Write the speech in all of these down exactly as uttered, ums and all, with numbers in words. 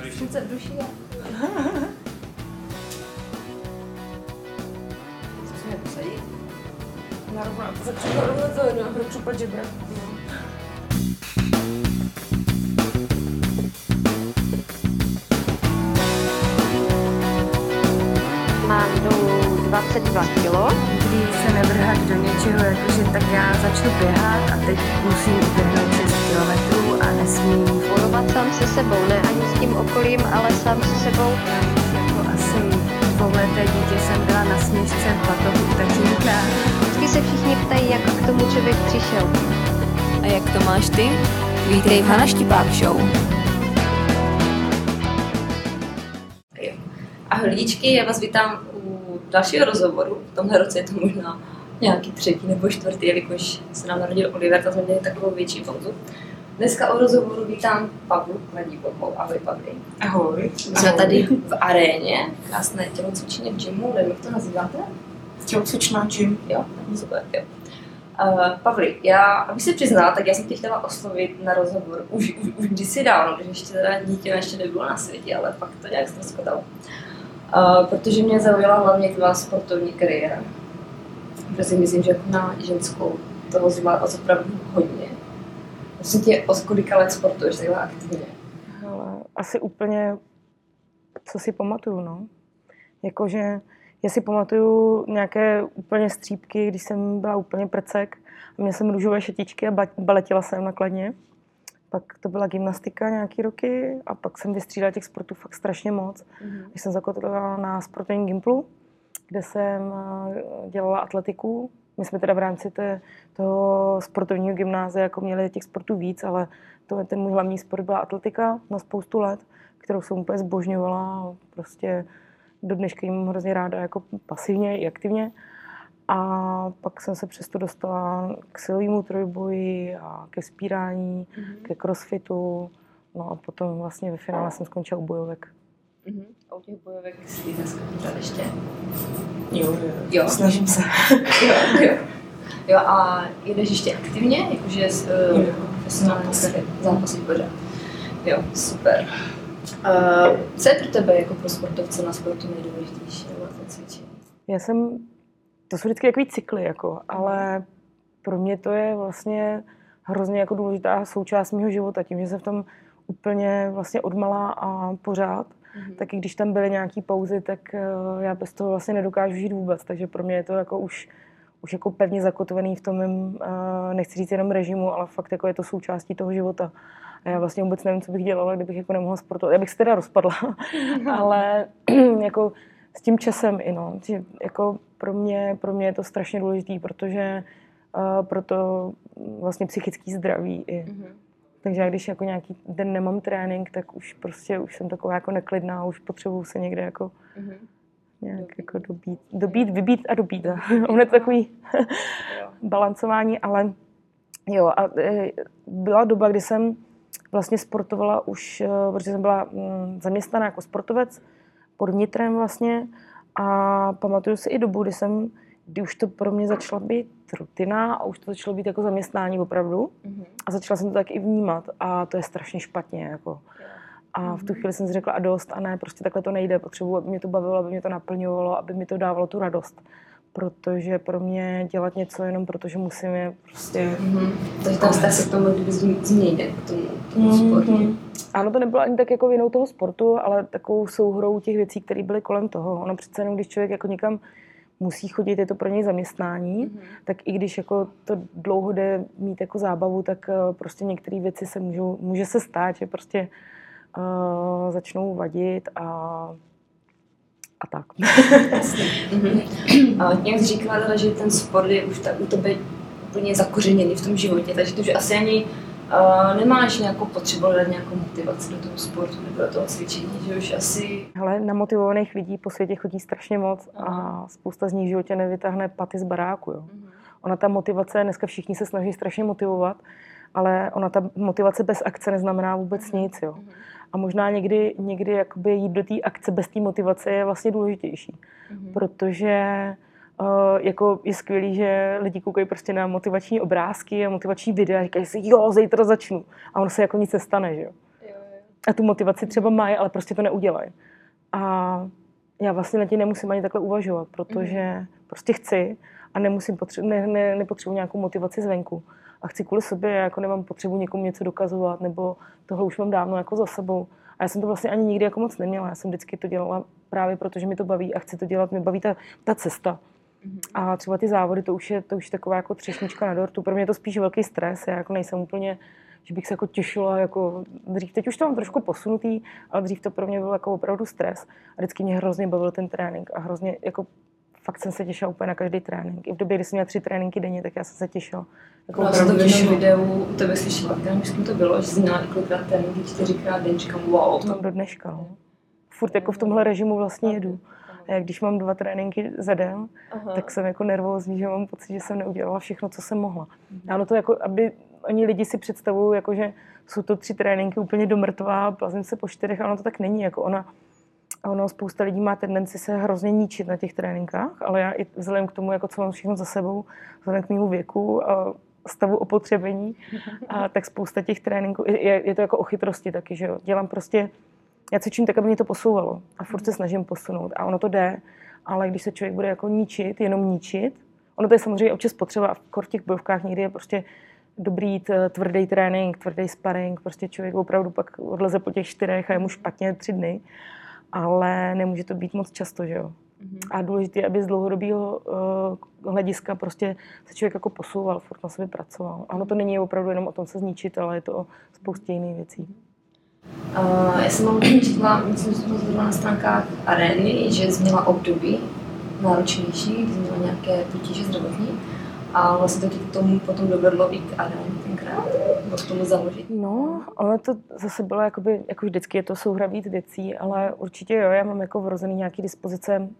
Slunce v duši. Co se mě posadí? Narovná, to začne narovnat to jedno, hru čupat žebra. Mám dolů dvacet dva kilo. Když se nevrhat do něčeho, jakože tak já začnu běhat a teď musím uběhnout šest kilometrů a nesmím Bojovat sám se sebou, ne ani s tím okolím, ale sám se sebou. Jako asi dvouleté dítě jsem byla na sněžce v batohu tatínka. Vždycky se všichni ptají, jak k tomu člověk přišel. A jak to máš ty? Vítej v Hana Štipák Show. Ahoj lidičky, já vás vítám u dalšího rozhovoru. V tomhle roce je to možná nějaký třetí nebo čtvrtý, jelikož se nám narodil Oliver, tak jsme měli takovou větší pauzu. Dneska o rozhovoru vítám Pavlu Kladíkovou. Ahoj Pavli. Ahoj. Jsme tady v aréně, krásné tělocvičně v gymu, nevím, jak to nazýváte? Tělocvičná gym. Jo, super, jo. Uh, Pavli, já, abych se přiznala, tak já jsem tě chtěla oslovit na rozhovor už, už, už kdysi dávno, když ještě teda dítě ještě nebylo na světě, ale fakt to nějak ztroskotalo. Uh, protože mě zaujala hlavně tvá sportovní kariéra. Protože si myslím, že jako na ženskou toho zvládla opravdu hodně. Vlastně tě od kolika let sportuješ takhle aktivně? Ale asi úplně, co si pamatuju, no. Jakože já si pamatuju nějaké úplně střípky, když jsem byla úplně prcek. Měla jsem růžové šetičky a baletila jsem na Kladně. Pak to byla gymnastika nějaký roky a pak jsem vystřídala těch sportů fakt strašně moc. Mm-hmm. Když jsem zakotvila na sportovním gymplu, kde jsem dělala atletiku. My jsme teda v rámci té, toho sportovního gymnázia jako měli těch sportů víc, ale to, ten můj hlavní sport byla atletika na spoustu let, kterou jsem úplně zbožňovala. Prostě do dneška jim hrozně ráda jako pasivně i aktivně. A pak jsem se přesto dostala k silovému trojboji a ke vzpírání, mm-hmm. ke crossfitu. No a potom vlastně ve finále jsem skončila u bojovek. Mm-hmm. A u těch bojovek jsi dneska pořád ještě? Jo, jo, jo. Snažím se. jo, jo. Jo, a jedeš ještě aktivně? Jakože profesionálně zápasí pořád. Jo, super. Uh, co je pro tebe jako pro sportovce na sportu nejdůležitější nebo to cvičení? Já jsem, to jsou vždycky takový cykly, jako, ale pro mě to je vlastně hrozně jako důležitá součást mého života, tím, že jsem v tom úplně vlastně odmala a pořád, mm-hmm. tak i když tam byly nějaký pauzy, tak uh, já bez toho vlastně nedokážu žít vůbec, takže pro mě je to jako už, už jako pevně zakotvený v tom mém, uh, nechci říct jenom režimu, ale fakt jako je to součástí toho života. A já vlastně vůbec nevím, co bych dělala, kdybych jako nemohla sportovat. Já bych se teda rozpadla, ale jako s tím časem i no. Jako pro mě, pro mě je to strašně důležitý, protože uh, proto vlastně psychický zdraví i. Mm-hmm. Takže já když jako nějaký den nemám trénink, tak už prostě už jsem taková jako neklidná, už potřebuju se někde jako mm-hmm. nějak dobít. jako dobít, dobít, vybít a dobít. Ono je to takový balancování, ale jo. A e, byla doba, kdy jsem vlastně sportovala už, protože jsem byla zaměstnaná jako sportovec pod Nitrem vlastně a pamatuju si i dobu, kdy jsem, kdy už to pro mě začala být rutina a už to začalo být jako zaměstnání opravdu mm-hmm. a začala jsem to tak i vnímat a to je strašně špatně jako. A v tu chvíli jsem si řekla a dost a ne, prostě takhle to nejde, potřebuji, aby mě to bavilo, aby mě to naplňovalo, aby mi to dávalo tu radost. Protože pro mě dělat něco jenom protože musím je prostě... Mm-hmm. Takže tam jste se k tomu kdyby změnit, k tomu, k tomu sportu. Mm-hmm. Ano, to nebylo ani tak jako vinou toho sportu, ale takovou souhrou těch věcí, které byly kolem toho. Ono přece jenom, když člověk jako někam musí chodit, je to pro něj zaměstnání, mm-hmm. tak i když jako to dlouho jde mít jako zábavu, tak prostě některé věci se můžou, může se stát, že prostě uh, začnou vadit a a tak. mm-hmm. A nějak jsi říkala, teda, že ten sport je už tak u tebe úplně zakořeněný v tom životě, takže to už asi ani uh, nemáš nějakou potřebu dát nějakou motivaci do toho sportu nebo do toho cvičení, že už asi... Hele, namotivovaných lidí po světě chodí strašně moc a spousta z nich v životě nevytáhne paty z baráku. Jo. Mm-hmm. Ona ta motivace, dneska všichni se snaží strašně motivovat, ale ona ta motivace bez akce neznamená vůbec mm-hmm. nic. Jo. Mm-hmm. A možná někdy, někdy jakoby jít do té akce bez té motivace je vlastně důležitější. Mm-hmm. Protože uh, jako je skvělý, že lidi koukají prostě na motivační obrázky a motivační videa a říkají si, jo, zítra začnu. A ono se jako nic nestane, že jo. a tu motivaci třeba mají, ale prostě to neudělají. A já vlastně na tě nemusím ani takhle uvažovat, protože mm. prostě chci a nemusím potře- ne, ne, nepotřebuji nějakou motivaci zvenku. A chci kvůli sobě, já jako nemám potřebu někomu něco dokazovat, nebo tohle už mám dávno jako za sebou. A já jsem to vlastně ani nikdy jako moc neměla. Já jsem vždycky to dělala právě proto, že mi to baví a chci to dělat, mě baví ta, ta cesta. Mm. A třeba ty závody, to už je, to už je taková jako třešnička na dortu. Pro mě je to spíš velký stres, já jako nejsem úplně, že bych se jako těšila, jako dřív. Teď už to mám trošku posunutý, ale dřív to pro mě byl jako opravdu stres. A vždycky mě hrozně bavil ten trénink a hrozně jako fakt jsem se těšila úplně na každý trénink. I v době, kdy jsem měla tři tréninky denně, tak já jsem se těšila. Jako no, jsem to v jednom videu u tebe slyšela, kterém už to bylo, že jsi měla několikrát tréninky, čtyřikrát den, říkám wow. To mám do dneška, no. Furt jako v tomhle režimu vlastně jedu. A jak když mám dva tréninky za den, aha, tak jsem jako nervózní, že mám pocit, že jsem neudělala všechno, co jsem mohla. A ono to jako, aby oni lidi si představují, jako, že jsou to tři tréninky úplně do mrtvá, plazím se po čtyřech, a ono to tak není. Jako ona, ono, spousta lidí má tendenci se hrozně ničit na těch tréninkách, ale já i vzhledem k tomu, jako co mám všechno za sebou, vzhledem k mému věku a stavu opotřebení, a tak spousta těch tréninků, je, je to jako o chytrosti taky, že jo. Dělám prostě, já cvičím tak, aby mě to posouvalo a furt se snažím posunout a ono to jde, ale když se člověk bude jako ničit, jenom ničit, ono to je samozřejmě občas potřeba a v těch bojovkách někdy je prostě dobrý jít tvrdý trénink, tvrdý sparring, prostě člověk opravdu pak odleze po těch čtyřech a je mu špatně tři dny, ale nemůže to být moc často, že jo. Mm-hmm. A důležité je, aby z dlouhodobého uh, hlediska prostě se člověk jako posouval, furt na sobě pracoval. A ono to není opravdu jenom o tom se zničit, ale je to o spoustě jiných věcí. Uh, já jsem mám četla, myslím, že jsem zvedla na stránkách Arény, že jsi měla období náročnější, kdy jsi měla nějaké potíže zdravotní. A vlastně to k tomu potom dovedlo i k Aréně tenkrát, nebo k tomu založit. No, ono to zase bylo jakoby, jako vždycky je to souhra víc věcí, ale určitě jo, já mám jako vrozený nějaký dispozice uh,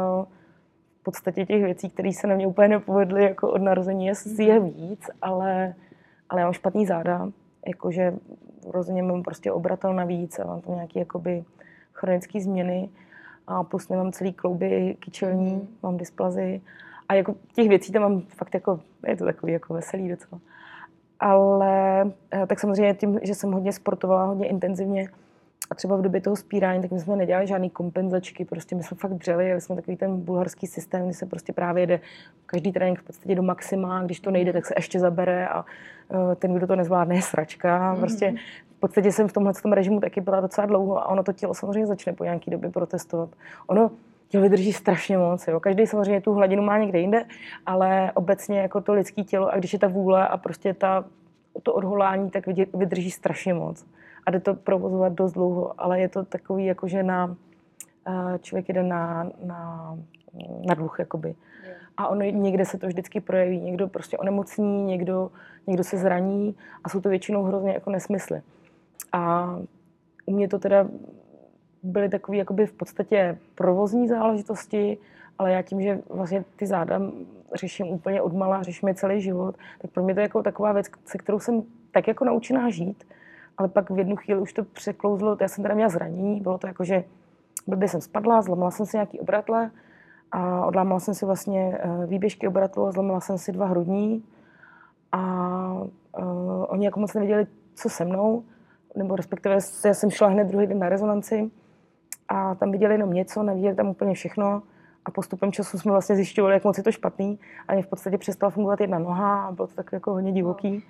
v podstatě těch věcí, které se na mě úplně nepovedly jako od narození, je, je víc, ale, ale já mám špatný záda, jakože vrozeně mám prostě obratel navíc a mám tam nějaké jakoby chronické změny a plus nemám celý klouby kyčelní, mám dysplazii. A jako těch věcí tam mám fakt jako, je to takový jako veselý docela. Ale tak samozřejmě tím, že jsem hodně sportovala, hodně intenzivně a třeba v době toho spírání, tak my jsme nedělali žádný kompenzačky, prostě my jsme fakt dřeli, jeli jsme takový ten bulharský systém, kdy se prostě právě jede každý trénink v podstatě do maxima, když to nejde, tak se ještě zabere a ten, kdo to nezvládne, je sračka. Prostě v podstatě jsem v tomhle režimu taky byla docela dlouho a ono to tělo samozřejmě začne po nějaký době protestovat. Ono tělo vydrží strašně moc. Jo. Každý samozřejmě tu hladinu má někde jinde, ale obecně jako to lidské tělo, a když je ta vůle a prostě ta, to odhodlání, tak vydrží strašně moc. A jde to provozovat dost dlouho, ale je to takový, jako že na, člověk jde na, na, na dluh, jakoby. A ono, někde se to vždycky projeví. Někdo prostě onemocní, někdo, někdo se zraní a jsou to většinou hrozně jako nesmysly. A u mě to teda byly takové jakoby v podstatě provozní záležitosti, ale já tím, že vlastně ty záda řeším úplně odmala, řeším je celý život, tak pro mě to je jako taková věc, se kterou jsem tak jako naučená žít, ale pak v jednu chvíli už to překlouzlo, já jsem teda měla zranění, bylo to jako, že blbě jsem spadla, zlomila jsem si nějaký obratle a odlámala jsem si vlastně výběžky obratlu a zlomila jsem si dva hrudní a uh, oni jako moc nevěděli, co se mnou, nebo respektive já jsem šla hned druhý den na rezonanci a tam viděli jenom něco, neviděli tam úplně všechno a postupem času jsme vlastně zjišťovali, jak moc je to špatný a mě v podstatě přestala fungovat jedna noha a bylo to tak jako hodně divoký.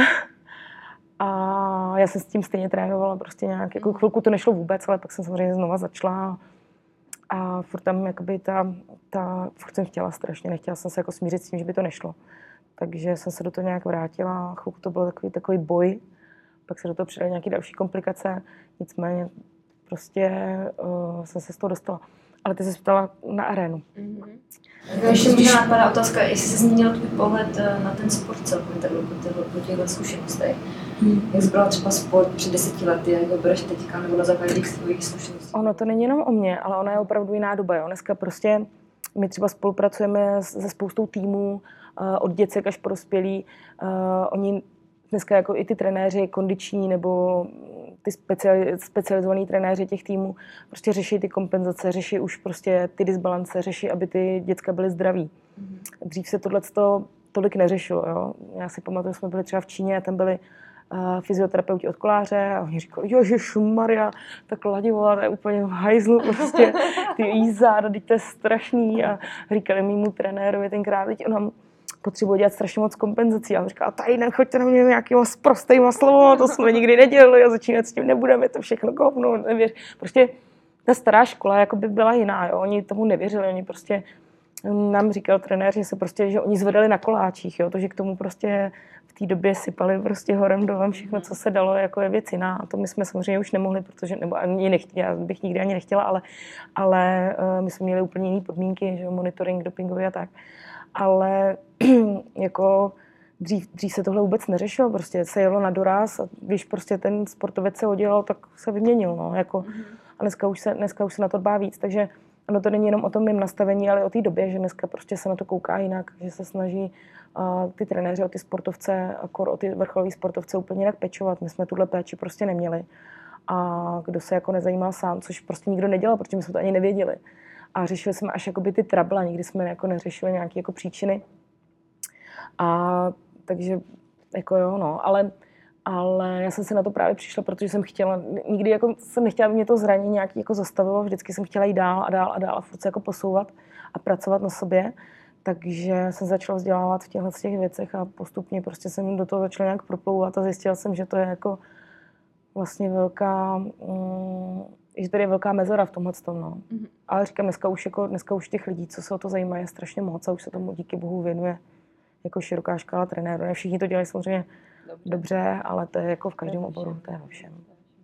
A já jsem s tím stejně trénovala prostě nějak, jako chvilku to nešlo vůbec, ale pak jsem samozřejmě znova začala a furt tam jakoby ta, ta, furt jsem chtěla strašně, nechtěla jsem se jako smířit s tím, že by to nešlo. Takže jsem se do toho nějak vrátila, chvilku to byl takový, takový boj, pak se do toho přidaly nějaké další komplikace, nicméně prostě uh, jsem se z toho dostala. Ale ty jsi se ptala na Arénu. Mm-hmm. Ještě možná napadá otázka, jestli jsi změnila tvůj pohled na ten sport celkově, po těchto zkušenostech. Mm. Jak jsi brala třeba sport před deseti lety, jak ho bereš teďka, nebo na základě těch svých zkušeností? Ono to není jenom o mně, ale ona je opravdu jiná doba. Jo. Dneska prostě my třeba spolupracujeme se spoustou týmů, uh, od děcek až po dospělí. Uh, oni dneska jako i ty trenéři kondiční nebo ty speciali, specializovaní trenéři těch týmů prostě řeší ty kompenzace, řeší už prostě ty disbalance, řeší, aby ty děcka byly zdraví. Mm-hmm. Dřív se tohleto tolik neřešilo. Jo? Já si pamatuju, jsme byli třeba v Číně a tam byly fyzioterapeuti od koláře a oni říkali, ježišmarja, ta Kladivová, to je úplně v hajzlu, prostě ty jí záda, teď to je strašný a říkali mému trenérovi tenkrát, teď ona potřebuje dělat strašně moc kompenzací a on říkal, tady nechoďte na mě nějakýma sprostejma slovama, to jsme nikdy nedělali a začínat s tím nebudeme, to všechno kovno, nevěř. Prostě ta stará škola jako by byla jiná, jo? Oni tomu nevěřili, oni prostě nám říkal trenér, že se prostě, že oni zvedali na koláčích, jo? To, že k tomu prostě v té době sypali prostě horem dolem všechno, co se dalo, jako je věc jiná. A to my jsme samozřejmě už nemohli, protože, nebo ani nechtěla, já bych nikdy ani nechtěla, ale, ale uh, my jsme měli úplně jiné podmínky, že monitoring dopingový a tak. Ale jako dřív, dřív se tohle vůbec neřešilo, prostě se jelo na doraz a když prostě ten sportovec se oddělal, tak se vyměnil, no, jako. A dneska už se, dneska už se na to dbá víc, takže ono to není jenom o tom mým nastavení, ale o té době, že dneska prostě se na to kouká jinak, že se snaží uh, ty trenéři o ty sportovce, akor o ty vrcholové sportovce úplně jinak pečovat. My jsme tuhle péči prostě neměli. A kdo se jako nezajímal sám, což prostě nikdo nedělal, protože my jsme to ani nevěděli. A řešili jsme až jakoby ty trable, nikdy jsme jako neřešili nějaké jako příčiny. A takže jako jo, no, ale Ale já jsem se na to právě přišla, protože jsem chtěla, nikdy jako jsem nechtěla, aby mě to zranění nějaký jako zastavilo, vždycky jsem chtěla jít dál a dál a dál a furt se jako posouvat a pracovat na sobě. Takže jsem začala vzdělávat v těchto těch věcech a postupně prostě jsem do toho začala nějak proplouvat a zjistila jsem, že to je jako vlastně velká, mm, že tady je velká mezera v tomhle tom, no. Mm-hmm. Ale říkám, dneska už, jako, dneska už těch lidí, co se o to zajímají, je strašně moc a už se tomu díky bohu věnuje jako široká škála trenérů. Ne všichni to dělají samozřejmě Dobře. Dobře, ale to je jako v každém oboru, to je ve všem.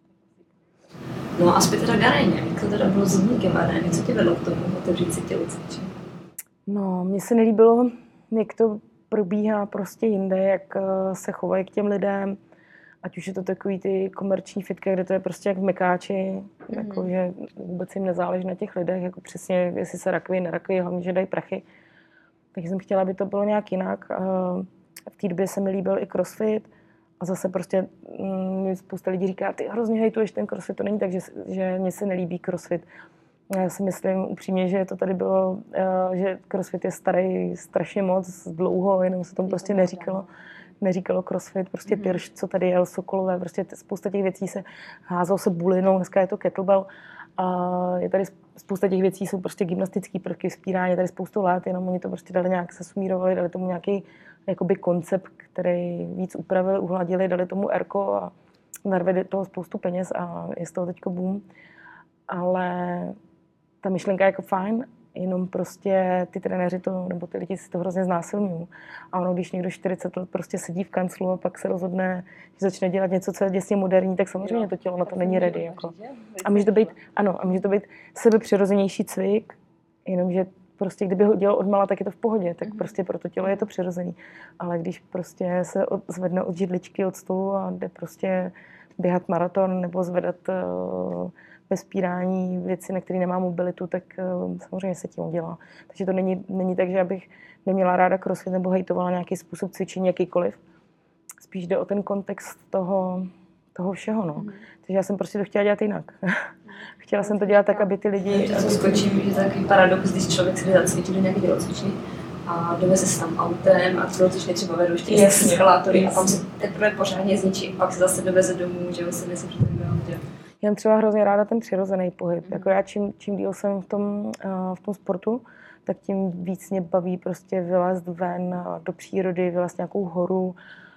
No a zpět teda k aréně. Jak to teda bylo s vznikem arény? Co tě vedlo k tomu otevřít si tělocvičení? No, mně se nelíbilo, jak to probíhá prostě jinde, jak se chovají k těm lidem. Ať už je to takový ty komerční fitka, kde to je prostě jak v Mekáči, mm-hmm. jako, že vůbec jim nezáleží na těch lidech, jako přesně, jestli se rakví, nerakví, hlavně, že dají prachy. Takže jsem chtěla, aby to bylo nějak jinak. V té době se mi líbil i crossfit a zase prostě mm, spousta lidí říká, ty hrozně hejtuješ ten crossfit, to není tak, že, že mně se nelíbí crossfit. Já si myslím upřímně, že to tady bylo, že crossfit je starý strašně moc, dlouho, jenom se tomu prostě neříkalo. Neříkalo crossfit, prostě mm-hmm. Pyrš, co tady jel, Sokolové, prostě spousta těch věcí se házalo se bulinou, dneska je to kettlebell. A je tady spousta těch věcí, jsou prostě gymnastický prvky, vzpírání, tady spoustu let, jenom oni to prostě dali nějak, se sumírovali, dali tomu nějaký jakoby koncept, který víc upravili, uhladili, dali tomu erko a narvedli toho spoustu peněz a je z toho teďko boom. Ale ta myšlenka je jako fajn, jenom prostě ty trenéři to, nebo ty lidi si to hrozně znásilňují. A ono, když někdo čtyřicet let prostě sedí v kanclu a pak se rozhodne, že začne dělat něco, co je děsně moderní, tak samozřejmě jo, to tělo na to není ready. Jako. A může to být, ano, a může to být sebepřirozenější cvik, jenomže prostě kdyby ho dělal odmala, tak je to v pohodě, tak mm-hmm. prostě pro to tělo je to přirozený. Ale když prostě se od, zvedne od židličky od stolu a jde prostě běhat maraton nebo zvedat uh, bez spírání věci, na které nemá mobilitu, tak uh, samozřejmě se tím udělá. Takže to není, není tak, že abych neměla ráda crossfit nebo hejtovala nějaký způsob cvičení, jakýkoliv. Spíš jde o ten kontext toho, toho všeho, no. Mm. Takže já jsem prostě to chtěla dělat jinak. Chtěla jsem to dělat tak, aby ty lidi... Já to skočím, že to je takový paradox, když člověk si zacvičí do nějaké tělocvičny a doveze se tam autem a tělocvičny třeba vedou ještě eskalátory a tam se teprve pořádně zničí, pak se zase doveze domů, že ho se nesmí v tom autě. Já mám třeba hrozně ráda ten přirozený pohyb. Mm. Jako já čím, čím díl jsem v tom, uh, v tom sportu, tak tím víc mě baví prostě vylézt ven do přírody, vylézt nějakou horu,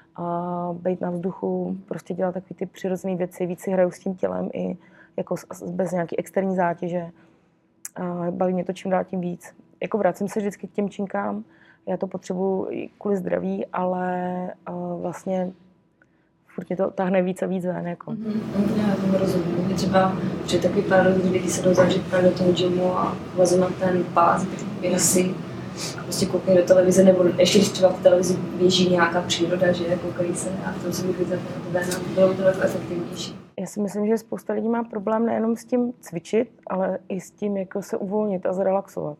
a být na vzduchu, prostě dělat takové ty přirozené věci, víc si hraju s tím tělem i jako bez nějaké externí zátěže. A baví mě to čím dál tím víc. Jako vracím se vždycky k těm činkám, já to potřebuji kvůli zdraví, ale uh, vlastně furt mě to táhne víc a víc ven. Jako. Mm-hmm. Já tomu rozumím. Je třeba, že je takový paradox, kdy lidi se jdou zavřít právě do toho gymu a vlezou na ten pás, si a prostě koukají do televize, nebo ještě když třeba v televizi běží nějaká příroda, že koukají se a v tom se vychází na to ven a bylo by to jako efektivnější. Já si myslím, že spousta lidí má problém nejenom s tím cvičit, ale i s tím, jako se uvolnit a zrelaxovat.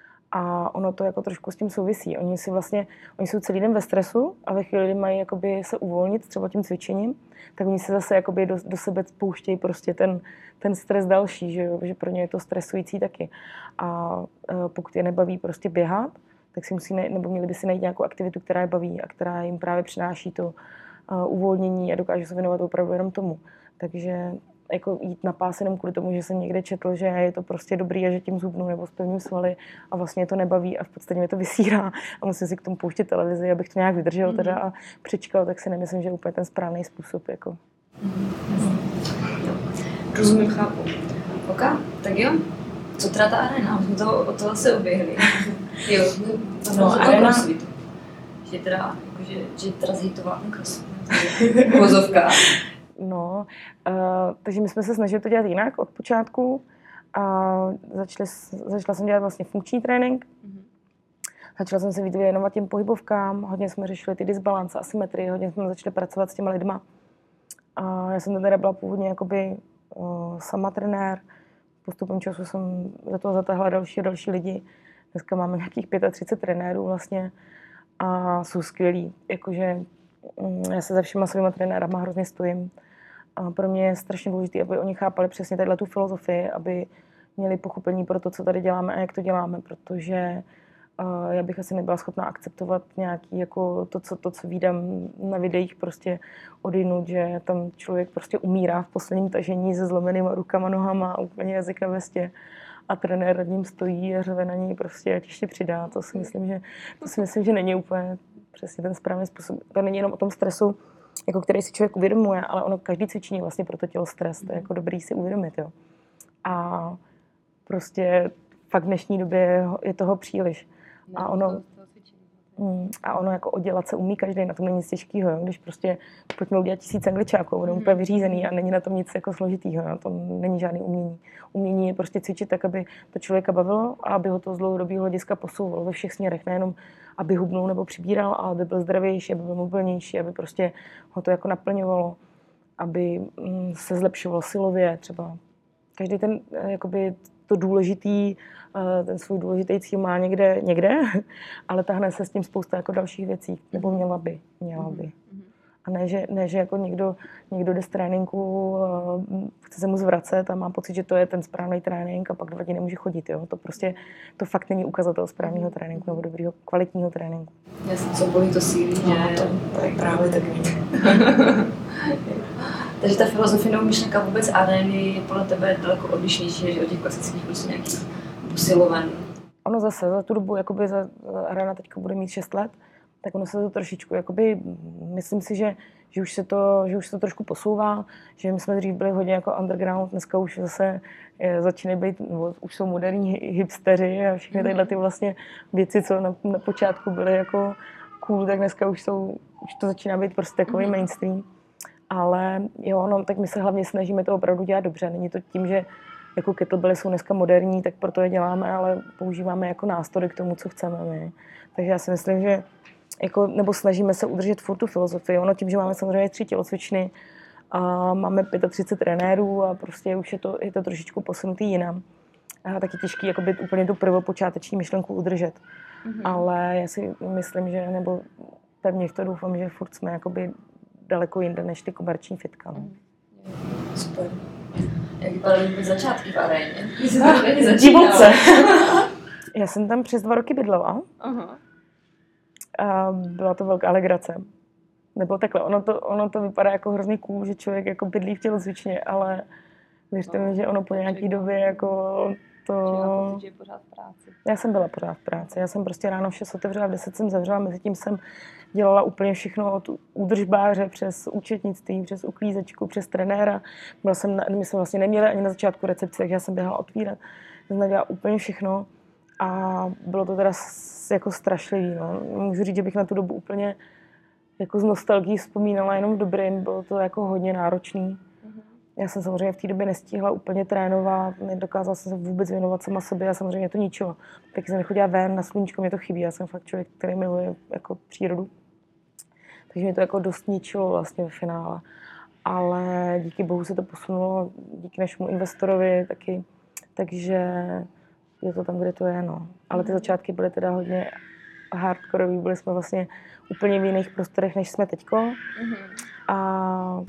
A ono to jako trošku s tím souvisí. Oni si vlastně, oni jsou celý den ve stresu a ve chvíli, kdy mají jakoby se uvolnit třeba tím cvičením, tak oni se zase jakoby do, do sebe pouštějí prostě ten, ten stres další, že, jo? Že pro ně je to stresující taky. A e, pokud je nebaví prostě běhat, tak si musí, ne, nebo měli by si najít nějakou aktivitu, která je baví a která jim právě přináší to uh, uvolnění a dokážu se věnovat opravdu jenom tomu. Takže jako jít na pás jenom kvůli tomu, že jsem někde četl, že je to prostě dobrý a že tím zhubnu nebo spevním svaly a vlastně mě to nebaví a v podstatě mě to vysírá a musím si k tomu pouštět televizi, abych to nějak vydržel teda a přečkal, tak si nemyslím, že je úplně ten správný způsob. Jako. Rozumím, chápu. Ok, tak jo. Co teda ta arena? Jsme to od toho se oběhli. Jo, to no, arena. Že teda, jakože, že teda zhejtovala ten crossfit. Vozovka. No, uh, takže my jsme se snažili to dělat jinak od počátku a začali, začala jsem dělat vlastně funkční trénink. Mm-hmm. Začala jsem se víc věnovat těm pohybovkám, hodně jsme řešili ty disbalance, asymetrie, hodně jsme začali pracovat s těma lidma. A já jsem teda byla původně jakoby uh, sama trenér. Postupem času jsem do toho zatáhla další a další lidi. Dneska máme nějakých třicet pět trenérů vlastně a jsou skvělí. Jakože um, já se za všema svýma trenérama hrozně stojím. A pro mě je strašně důležité, aby oni chápali přesně tadyhle tu filozofii, aby měli pochopení pro to, co tady děláme a jak to děláme, protože uh, já bych asi nebyla schopná akceptovat nějaký jako to, co, to, co vídám na videích prostě odjinud, že tam člověk prostě umírá v posledním tažení se zlomenýma rukama, nohama a úplně jazyk na vestě a trenér nad ním stojí a řve na něj prostě, ať ještě přidá. To si myslím, že, to si myslím, že není úplně přesně ten správný způsob. To není jenom o tom stresu, jako který si člověk uvědomuje, ale ono každý cvičení je vlastně pro to tělo stres, to je jako dobrý si uvědomit, jo. A prostě fakt v dnešní době je toho příliš. A ono, a ono jako oddělat se umí každý, na tom není nic těžkýho, jo. Když prostě pojďme udělat tisíc angličáků, budou úplně vyřízený a není na tom nic jako složitýho, na tom není žádný umění. Umění je prostě cvičit tak, aby to člověka bavilo a aby ho to z dlouhodobého hlediska posouvalo ve všech směrech, nejenom aby hubnul nebo přibíral, ale aby byl zdravější, aby byl mobilnější, aby prostě ho to jako naplňovalo, aby se zlepšoval silově třeba. Každý ten, jakoby, to důležitý, ten svůj důležitý cíl má někde, někde, ale tahne se s tím spousta jako dalších věcí, nebo měla by, měla by. A ne, že, ne, že jako někdo, někdo jde z tréninku, chce se mu zvracet a má pocit, že to je ten správný trénink a pak dva dny nemůže chodit. Jo? To prostě, to fakt není ukazatel správného tréninku nebo dobrýho, kvalitního tréninku. Jasně, co bolí, to sílí, že? No, to, to je právě tak není. Takže ta filozofie nebo myšlenka vůbec arény je podle tebe daleko odlišnější než od těch klasických prostě nějakých posiloven. Ono zase za tu dobu, jakoby za, aréna teďka bude mít šest let, tak ono se to trošičku, jakoby, myslím si, že, že, už se to, že už se to trošku posouvá, že my jsme dřív byli hodně jako underground, dneska už zase je, začínají být, no, už jsou moderní hipsteři a všechny tyhle ty vlastně věci, co na, na počátku byly jako cool, tak dneska už, jsou, už to začíná být prostě takový mainstream. Ale jo, no, tak my se hlavně snažíme to opravdu dělat dobře. Není to tím, že jako kettlebelly jsou dneska moderní, tak proto je děláme, ale používáme jako nástroj k tomu, co chceme my. Takže já si myslím, že jako, nebo snažíme se udržet furt tu filozofii. Ono tím, že máme samozřejmě tři tělocvičny a máme třicet pět trenérů a prostě už je to, je to trošičku posunutý jinam. A taky těžký jakoby, úplně tu prvopočáteční myšlenku udržet. Mm-hmm. Ale já si myslím, že, nebo pevně v to doufám, že furt jsme jakoby daleko jinde než ty komerční fitka. No. Super. Jak vypadaly vůbec začátky v aréně? Divoce. Já jsem tam přes dva roky bydlela. Aha. A byla to velká legrace. Nebo takhle, ono to, ono to vypadá jako hrozný cool, že člověk jako bydlí v tělocvičně, ale věřte no, mi, že ono po nějaký době jako to... Že je pořád v práci. Já jsem byla pořád v práci. Já jsem prostě ráno v šest otevřela, v deset jsem zavřela, mezi tím jsem dělala úplně všechno od údržbáře přes účetnictví, přes uklízečku, přes trenéra. Byla jsem, na, my jsme vlastně neměli ani na začátku recepci, takže já jsem běhala otvírat. Já jsem dělala úplně všechno a bylo to teda jako strašlivý. No. Můžu říct, že bych na tu dobu úplně jako z nostalgií vzpomínala jenom v dobrým, bylo to jako hodně náročný. Já jsem samozřejmě v té době nestíhla úplně trénovat, nedokázala jsem se vůbec věnovat sama sobě a samozřejmě to ničilo. Taky jsem nechodila ven, na sluníčko mě to chybí, já jsem fakt člověk, který miluje jako přírodu. Takže mě to jako dost ničilo vlastně ve finále. Ale díky bohu se to posunulo, díky našemu investorovi taky, takže je to tam, kde to je, no. Ale ty začátky byly teda hodně hardkorový, byli jsme vlastně úplně v jiných prostorech, než jsme teďko. Mm-hmm. A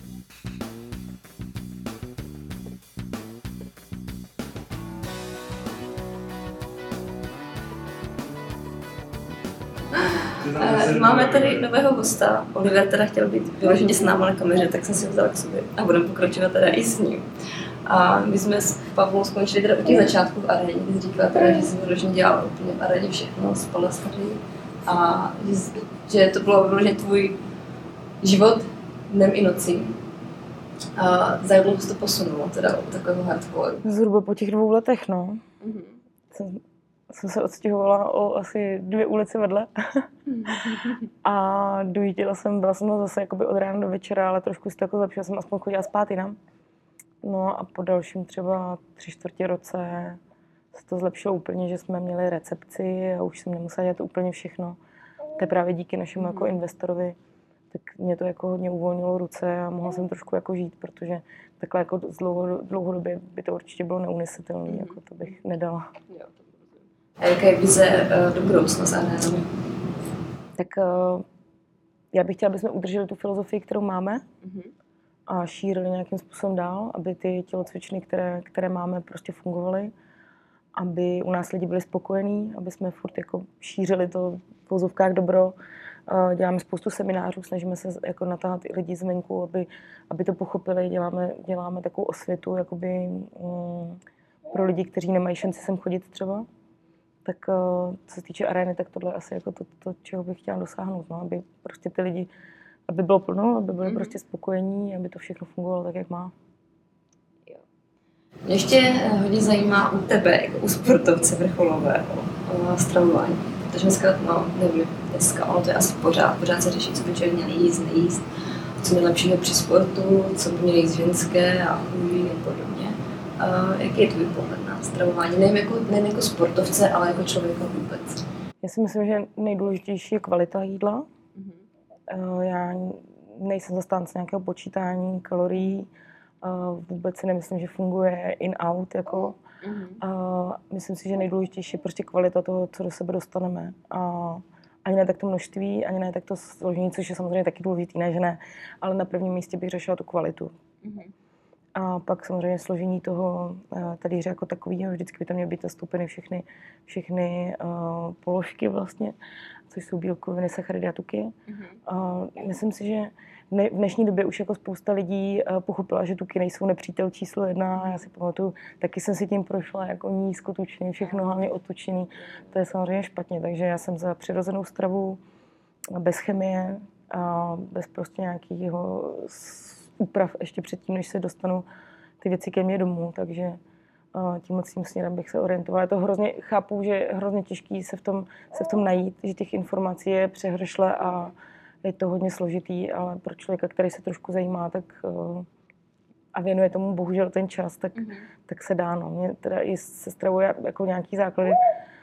Uh, máme tady nového hosta. Oliver teda chtěl být vyloženě s námi na kameře, tak jsem si ho vzala k sobě a budeme pokračovat teda i s ním. A my jsme s Pavlou skončili teda u těch začátků v aréně, kdy říkala teda, že si vyloženě dělala úplně v aréně všechno, spala starý a že, že to bylo vyloženě tvůj život dnem i nocí. A za jak dlouho se to posunulo, teda od takového hardcore? Zhruba po těch dvou letech, no. Mm-hmm. Jsem, jsem se odstěhovala o asi dvě ulice vedle. A dojítila jsem, byla jsem zase jakoby od rána do večera, ale trošku si to jako zlepšila, jsem aspoň chodila spát jinam. No a po dalším třeba tři čtvrtě roce se to zlepšilo úplně, že jsme měli recepci a už jsem nemusela dělat úplně všechno. To je právě díky našemu jako investorovi. Tak mě to jako hodně uvolnilo ruce a mohla jsem trošku jako žít, protože takhle jako z dlouho, dlouhodobě by to určitě bylo neunesitelné, mm. jako to bych nedala. A jaká je vize do budoucna s arénou? Tak uh, já bych chtěla, aby jsme udrželi tu filozofii, kterou máme mm. a šířili nějakým způsobem dál, aby ty tělocvičny, které, které máme, prostě fungovaly, aby u nás lidi byli spokojení, aby jsme furt jako šířili to v vozovkách dobro. Děláme spoustu seminářů, snažíme se jako natáhat i lidi zvenku, aby, aby to pochopili. Děláme, děláme takovou osvětu jakoby, um, pro lidi, kteří nemají šanci sem chodit třeba. Tak uh, co se týče arény, tak tohle je asi jako to, to, čeho bych chtěla dosáhnout. No, aby prostě ty lidi, aby bylo plno, aby byli mm-hmm. prostě spokojení, aby to všechno fungovalo tak, jak má. Mě ještě hodně zajímá u tebe, jako u sportovce vrcholového, stravování. Protože dneska, no nevím, dneska, ono to je asi pořád, pořád se řeší, co by člověk měl jíst, nejíst, co nejlepšího při sportu, co by měly jíst ženské a chůží a podobně. Uh, jaký je tvůj pohled na stravování? Nejen jako, nejen jako sportovce, ale jako člověka vůbec. Já si myslím, že nejdůležitější je kvalita jídla. Mm-hmm. Uh, já nejsem zastánce nějakého počítání kalorií, uh, vůbec si nemyslím, že funguje in-out, jako. Mm-hmm. A myslím si, že nejdůležitější je prostě kvalita toho, co do sebe dostaneme. A ani ne tak to množství, ani ne tak to složení, což je samozřejmě taky důležitý, ne, že ne. Ale na prvním místě bych řešila tu kvalitu. Mm-hmm. A pak samozřejmě složení toho talíře jako takového, vždycky by tam měly být zastoupeny všechny, všechny uh, položky vlastně, což jsou bílkoviny, sacharidy a tuky. Mm-hmm. Uh, myslím si, že v dnešní době už jako spousta lidí pochopila, že tuky nejsou nepřítel číslo jedna. Já si pamatuju, taky jsem si tím prošla jako nízkotučný, všechno hlavně otučený. To je samozřejmě špatně, takže já jsem za přirozenou stravu, bez chemie a bez prostě nějakého úprav ještě předtím, než se dostanu ty věci ke mně domů, takže tímhle tím směrem bych se orientovala. Je to hrozně, chápu, že je hrozně těžký se v tom, se v tom najít, že těch informací je přehršle a je to hodně složitý, ale pro člověka, který se trošku zajímá, tak uh, a věnuje tomu bohužel ten čas, tak, mm-hmm. tak se dá. No. Mě teda i se stravuje jako nějaký základy.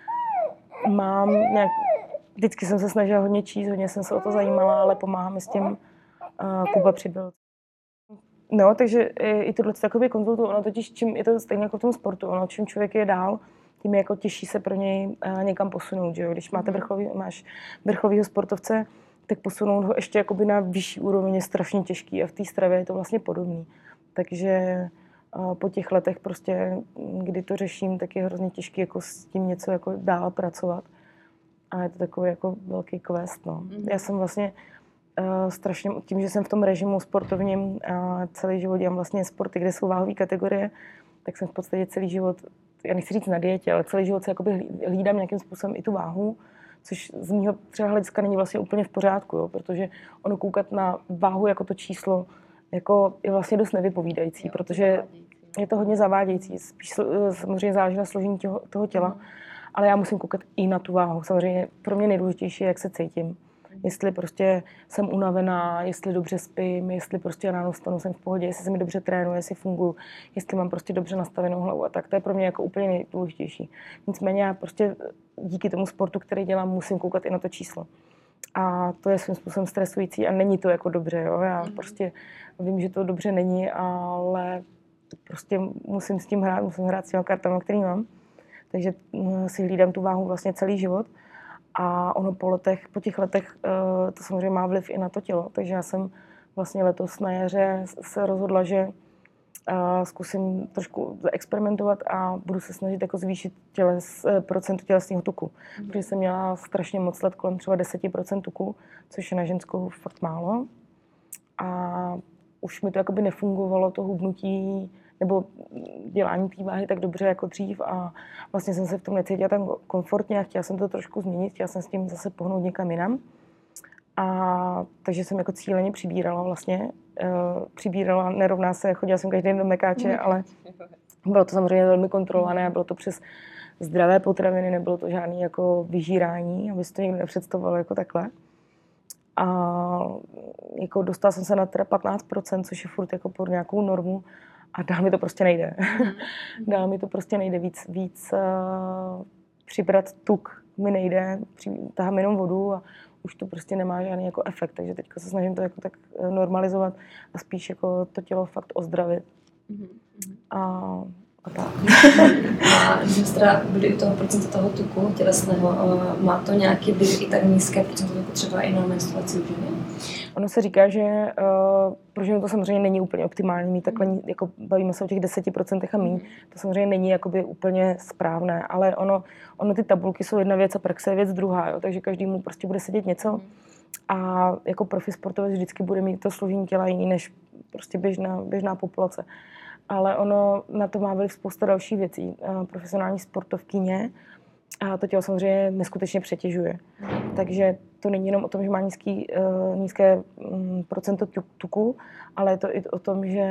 Mám nějak, vždycky jsem se snažila hodně číst, hodně jsem se o to zajímala, ale pomáhá mi s tím uh, Kuba Přibyl. No, takže i, i tohle takový konzultu, ono totiž, čím je to stejně jako v tom sportu, ono, čím člověk je dál, tím je jako těžší se pro něj uh, někam posunout, že jo? Když máte vrcholový, máš vrcholovýho sportovce, tak posunout ho ještě jakoby na vyšší úroveň je strašně těžký a v té stravě je to vlastně podobný. Takže uh, po těch letech prostě, kdy to řeším, tak je hrozně těžký jako s tím něco jako dál pracovat. A je to takový jako velký quest, no. Mm-hmm. Já jsem vlastně uh, strašně, tím, že jsem v tom režimu sportovním uh, celý život dělám vlastně sporty, kde jsou váhové kategorie, tak jsem v podstatě celý život, já nechci říct na dietě, ale celý život se jakoby hlídám nějakým způsobem i tu váhu, což z mýho třeba hlediska není vlastně úplně v pořádku, jo, protože ono koukat na váhu jako to číslo jako je vlastně dost nevypovídající, protože je to hodně zavádějící. Spíš samozřejmě záleží na složení těho, toho těla, ale já musím koukat i na tu váhu. Samozřejmě pro mě nejdůležitější je, jak se cítím. Jestli prostě jsem unavená, jestli dobře spím, jestli prostě ráno vstanu, jsem v pohodě, jestli se mi dobře trénuje, jestli funguju, jestli mám prostě dobře nastavenou hlavu a tak. To je pro mě jako úplně nejdůležitější. Nicméně já prostě díky tomu sportu, který dělám, musím koukat i na to číslo. A to je svým způsobem stresující a není to jako dobře, jo. Já prostě vím, že to dobře není, ale prostě musím s tím hrát, musím hrát s těma kartama, který mám. Takže si hlídám tu váhu vlastně celý život. A ono po letech, po těch letech to samozřejmě má vliv i na to tělo. Takže já jsem vlastně letos na jaře se rozhodla, že uh, zkusím trošku experimentovat a budu se snažit jako zvýšit těles, procent tělesného tuku. Mm. Protože jsem měla strašně moc let kolem třeba deset procent tuku, což je na ženskou fakt málo. A už mi to jakoby nefungovalo, to hubnutí nebo dělání té váhy tak dobře jako dřív a vlastně jsem se v tom necítila tak komfortně a chtěla jsem to trošku změnit, chtěla jsem s tím zase pohnout někam jinam. A takže jsem jako cíleně přibírala vlastně, uh, přibírala, nerovná se, chodila jsem každý den do mekáče, mm. ale bylo to samozřejmě velmi kontrolované a bylo to přes zdravé potraviny, nebylo to žádný jako vyžírání, aby si to někdo nepředstavoval jako takhle. A jako dostala jsem se na teda patnáct procent, což je furt jako pod nějakou normu a dál mi to prostě nejde. Mm. dál mi to prostě nejde víc, víc uh, přibrat tuk mi nejde, tahám jenom vodu a už to prostě nemá žádný jako efekt, takže teďka se snažím to jako tak normalizovat a spíš jako to tělo fakt ozdravit. Mm-hmm. A, a tak. A když jsme teda byli u toho procenta toho tuku tělesného, má to nějaký vliv i tak nízké procento tuku třeba i na menstruaci u ženy? Ono se říká, že uh, pro ženu to samozřejmě není úplně optimální, mít takhle, mm. jako bavíme se o těch deseti procentech a míň, mm. to samozřejmě není jakoby úplně správné, ale ono, ono ty tabulky jsou jedna věc a praxe je věc druhá, jo, takže každému prostě bude sedět něco mm. a jako profi sportovec vždycky bude mít to složení těla jiný než prostě běžná, běžná populace. Ale ono na to má vliv spousta dalších věcí. Uh, profesionální sportovkyně a to tělo samozřejmě neskutečně přetěžuje. Mm. Takže to není jenom o tom, že má nízký, uh, nízké um, procento tuku, ale je to i o tom, že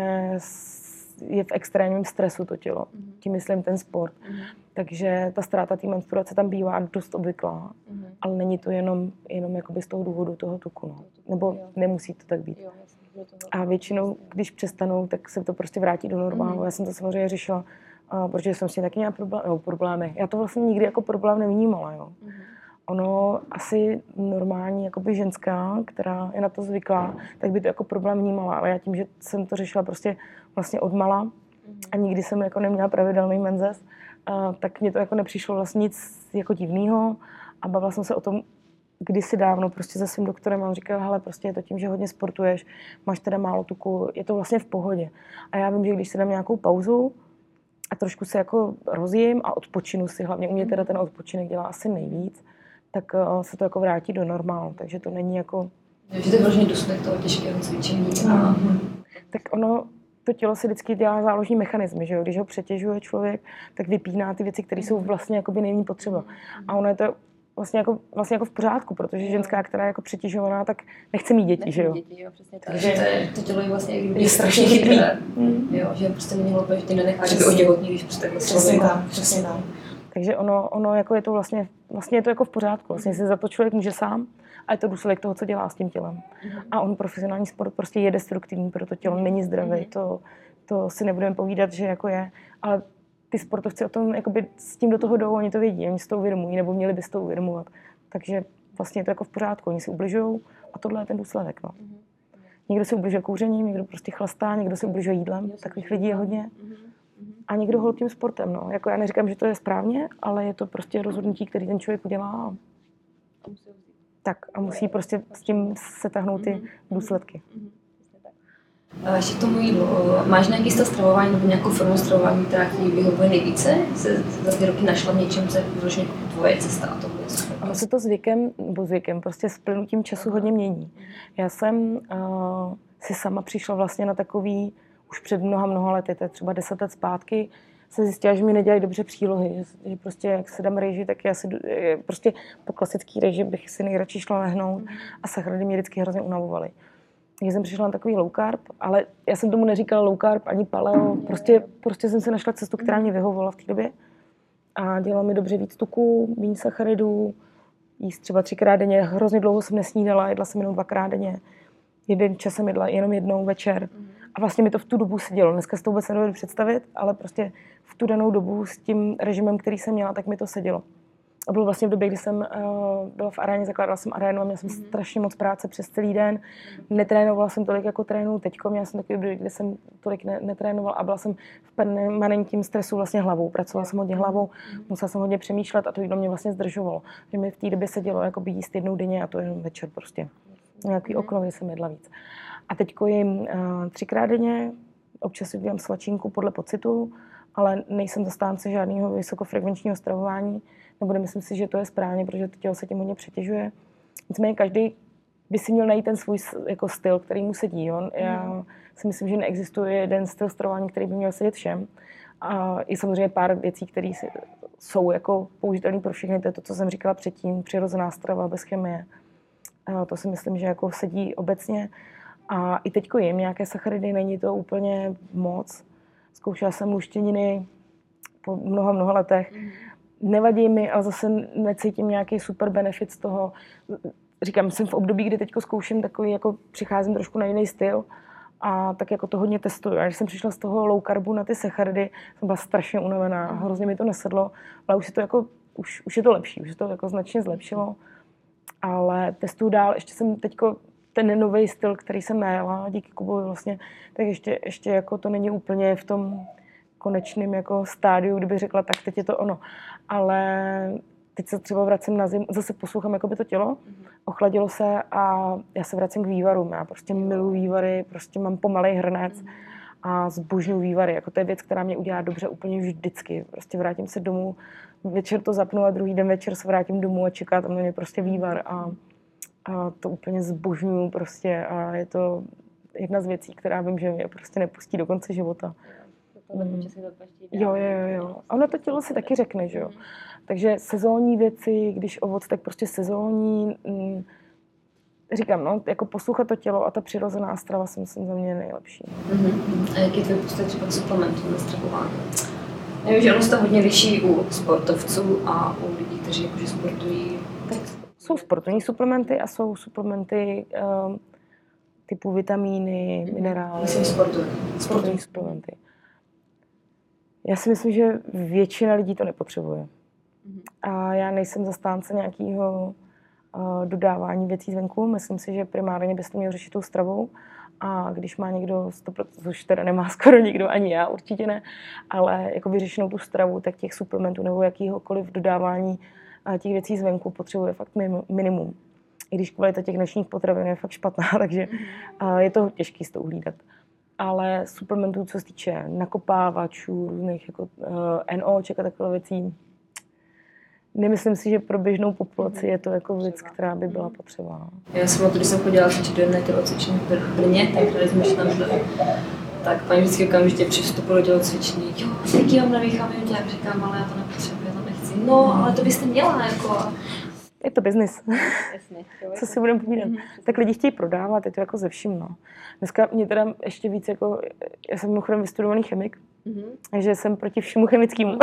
je v extrémním stresu to tělo. Mm. Tím myslím ten sport. Mm. Takže ta ztráta té menstruace tam bývá dost obvyklá, mm. ale není to jenom, jenom jakoby z toho důvodu toho tuku. No. Nebo jo. Nemusí to tak být. Jo, a většinou, když přestanou, tak se to prostě vrátí do normálu. Mm. Já jsem to samozřejmě řešila, uh, protože jsem s tím taky měla problém, no, problémy. Já to vlastně nikdy jako problém nevnímala. Jo. Mm. Ono asi normální jakoby ženská, která je na to zvyklá, tak by to jako problém vnímala. Ale já tím, že jsem to řešila prostě vlastně odmala mm. a nikdy jsem jako neměla pravidelný menzes, uh, tak mě to jako nepřišlo vlastně nic jako divného a bavila jsem se o tom kdysi dávno prostě se svým doktorem a on říkal, hele, prostě je to tím, že hodně sportuješ, máš teda málo tuku, je to vlastně v pohodě. A já vím, že když si dám nějakou pauzu a trošku se jako rozjím a odpočinu si, hlavně u mě teda ten odpočinek dělá asi nejvíc, tak uh, se to jako vrátí do normálu, takže to není jako... Že to je vlastně důsledek toho těžkého cvičení. A... Tak ono, to tělo si vždycky dělá záložní mechanismy, že jo? Když ho přetěžuje člověk, tak vypíná ty věci, které jsou vlastně jakoby nejméně potřeba. A ono je to vlastně jako, vlastně jako v pořádku, protože ženská, která je jako přetěžovaná, tak nechce mít děti, nechce že jo? Děti, jo, přesně tak. Takže to, je, to tělo je vlastně je strašně chytré. Mm. Jo, že prostě není hloupé, že ty nenecháš by oděhotný, když prostě takhle přesně tak, přesně tak. Takže ono, ono jako je to vlastně, vlastně je to jako v pořádku. Vlastně si za to člověk může sám a je to důsledek toho, co dělá s tím tělem. Mm. A on profesionální sport prostě je destruktivní, pro to tělo není zdravé. Mm. To, to si nebudeme povídat, že jako je, ale ty sportovci o tom jakoby s tím do toho jdou, oni to vědí, oni si to uvědomují, nebo měli by si to uvědomovat. Takže vlastně je to jako v pořádku, oni si ubližují a tohle je ten důsledek. No. Mm-hmm. Někdo si ubližuje kouřením, někdo prostě chlastá, někdo si ubližuje jídlem, takových lidí je hodně. Mm-hmm. A někdo holt tím sportem. No. Jako já neříkám, že to je správně, ale je to prostě rozhodnutí, který ten člověk udělá. A musí tak a musí prostě s tím se tahnout ty mm-hmm. důsledky. Mm-hmm. A ještě k tomu jídlu. Máš nějaký styl stravování nebo nějakou formu stravování, která ti vyhovuje nejvíce? Se za ty roky našla v něčem, co je vlastně tvoje cesta a tohle? Ono se to zvykem, nebo zvykem, prostě s plynutím času hodně mění. Já jsem uh, si sama přišla vlastně na takový, už před mnoha, mnoha lety, to je třeba deset let zpátky, se zjistila, že mi nedělají dobře přílohy, že, že prostě jak se dám rejži, tak já si prostě po klasický rejži bych si nejradši šla lehnout a sacharidy mě vždycky hrozně unavovaly. Já jsem přišla na takový low carb, ale já jsem tomu neříkala low carb ani paleo, prostě, prostě jsem si našla cestu, která mě vyhovovala v té době a dělala mi dobře víc tuku, méně sacharidů, jíst třeba třikrát denně, hrozně dlouho jsem nesnídala, jedla jsem jenom dvakrát denně, jeden čas jsem jedla jenom jednou večer a vlastně mi to v tu dobu sedělo, dneska si to vůbec nedovedu představit, ale prostě v tu danou dobu s tím režimem, který jsem měla, tak mi to sedělo. A bylo vlastně v době, kdy jsem uh, byla v aréně, zakládala jsem arénu a měla jsem mm. strašně moc práce přes celý den. Netrénovala jsem tolik, jako trénuju teďko. Měla jsem takový období, kdy jsem tolik ne- netrénovala a byla jsem v permanentním stresu vlastně hlavou. Pracovala jsem hodně hlavou, mm. musela jsem hodně přemýšlet a to jídlo mě vlastně zdržovalo. Že mi v té době se dělo jakoby jíst jednou denně a to jenom večer prostě. Nějaký okno, kdy jsem jedla víc. A teďko jim uh, třikrát denně, občas si dělám svačinku podle pocitu, ale nejsem zastánce žádného vysokofrekvenčního stravování, nebo nemyslím si, že to je správně, protože to tělo se tím hodně přetěžuje. Nicméně každý by si měl najít ten svůj jako styl, který mu sedí. Jo? Já si myslím, že neexistuje jeden styl stravování, který by měl sedět všem. A i samozřejmě pár věcí, které jsou jako použitelné pro všechny, to je to, co jsem říkala předtím, přirozená strava bez chemie. A to si myslím, že jako sedí obecně. A i teďko jim nějaké sacharidy, není to úplně moc. Zkoušela jsem luštěniny po mnoha, mnoha letech. Nevadí mi, ale zase necítím nějaký super benefit z toho. Říkám, jsem v období, kdy teďko zkouším takový, jako přicházím trošku na jiný styl a tak jako to hodně testuju. A když jsem přišla z toho low carbu na ty sacharidy, jsem byla strašně unavená, hrozně mi to nesedlo, ale už je to jako, už, už je to lepší, už je to jako značně zlepšilo. Ale testuju dál, ještě jsem teďko ten nový styl, který jsem najela díky Kubovi vlastně, tak ještě, ještě jako to není úplně v tom konečném jako stádiu, kdybych řekla, tak teď je to ono. Ale teď se třeba vracím na zimu, zase poslouchám jakoby to tělo, mm-hmm. ochladilo se a já se vracím k vývarům. Já prostě miluji vývary, prostě mám pomalej hrnec mm-hmm. a zbožňuji vývary. Jako to je věc, která mě udělá dobře úplně vždycky. Prostě vrátím se domů, večer to zapnu a druhý den večer se vrátím domů a čeká tam na mě prostě vývar a, a to úplně zbožňuji prostě a je to jedna z věcí, která vím, že mě prostě nepustí do konce života. Mm. Jo, jo, jo. A ono to tělo si taky řekne, že jo. Takže sezónní věci, když ovoc, tak prostě sezónní. Mm, říkám, no, jako poslouchat to tělo a ta přirozená strava si myslím za mě nejlepší. Mm-hmm. A jaký je tvůj postoj třeba k suplementům na stravování? Já vím, že ono se to hodně liší u sportovců a u lidí, kteří jakože sportují. Tak jsou sportovní suplementy a jsou suplementy um, typu vitamíny, mm-hmm. minerály. Myslím sportovní. Sportovní suplementy. Já si myslím, že většina lidí to nepotřebuje. A já nejsem zastánce nějakého uh, dodávání věcí zvenku. Myslím si, že primárně byste měl řešit tou stravou. A když má někdo sto procent, což teda nemá skoro nikdo, ani já určitě ne, ale jako vyřešenou tu stravu, tak těch suplementů nebo jakýhokoliv dodávání uh, těch věcí zvenku potřebuje fakt minimum. I když kvalita těch dnešních potravin je fakt špatná, takže uh, je to těžké s tou hlídat. Ale suplementů, co se týče nakopávačů, různých jako uh, NOček a takové věcí, nemyslím si, že pro běžnou populaci je to jako věc, která by byla potřeba. Já jsem o to, když jsem chodila cvičit do jedné tělocvičny v Brně, tak tady jsme šli tam byli. Tak paní vždycky okamžitě při vstupu do tělocvičny, jo, jaký mám navýcháme udělat, říkám, ale já to nepotřebuji, já to nechci. No, ale to byste měla, jako. Je to biznis. Co si budeme povídat. Tak lidi chtějí prodávat, je to jako ze vším, no. Dneska mě teda ještě víc jako, já jsem mimochodem vystudovaný chemik, mm-hmm. takže jsem proti všemu chemickému.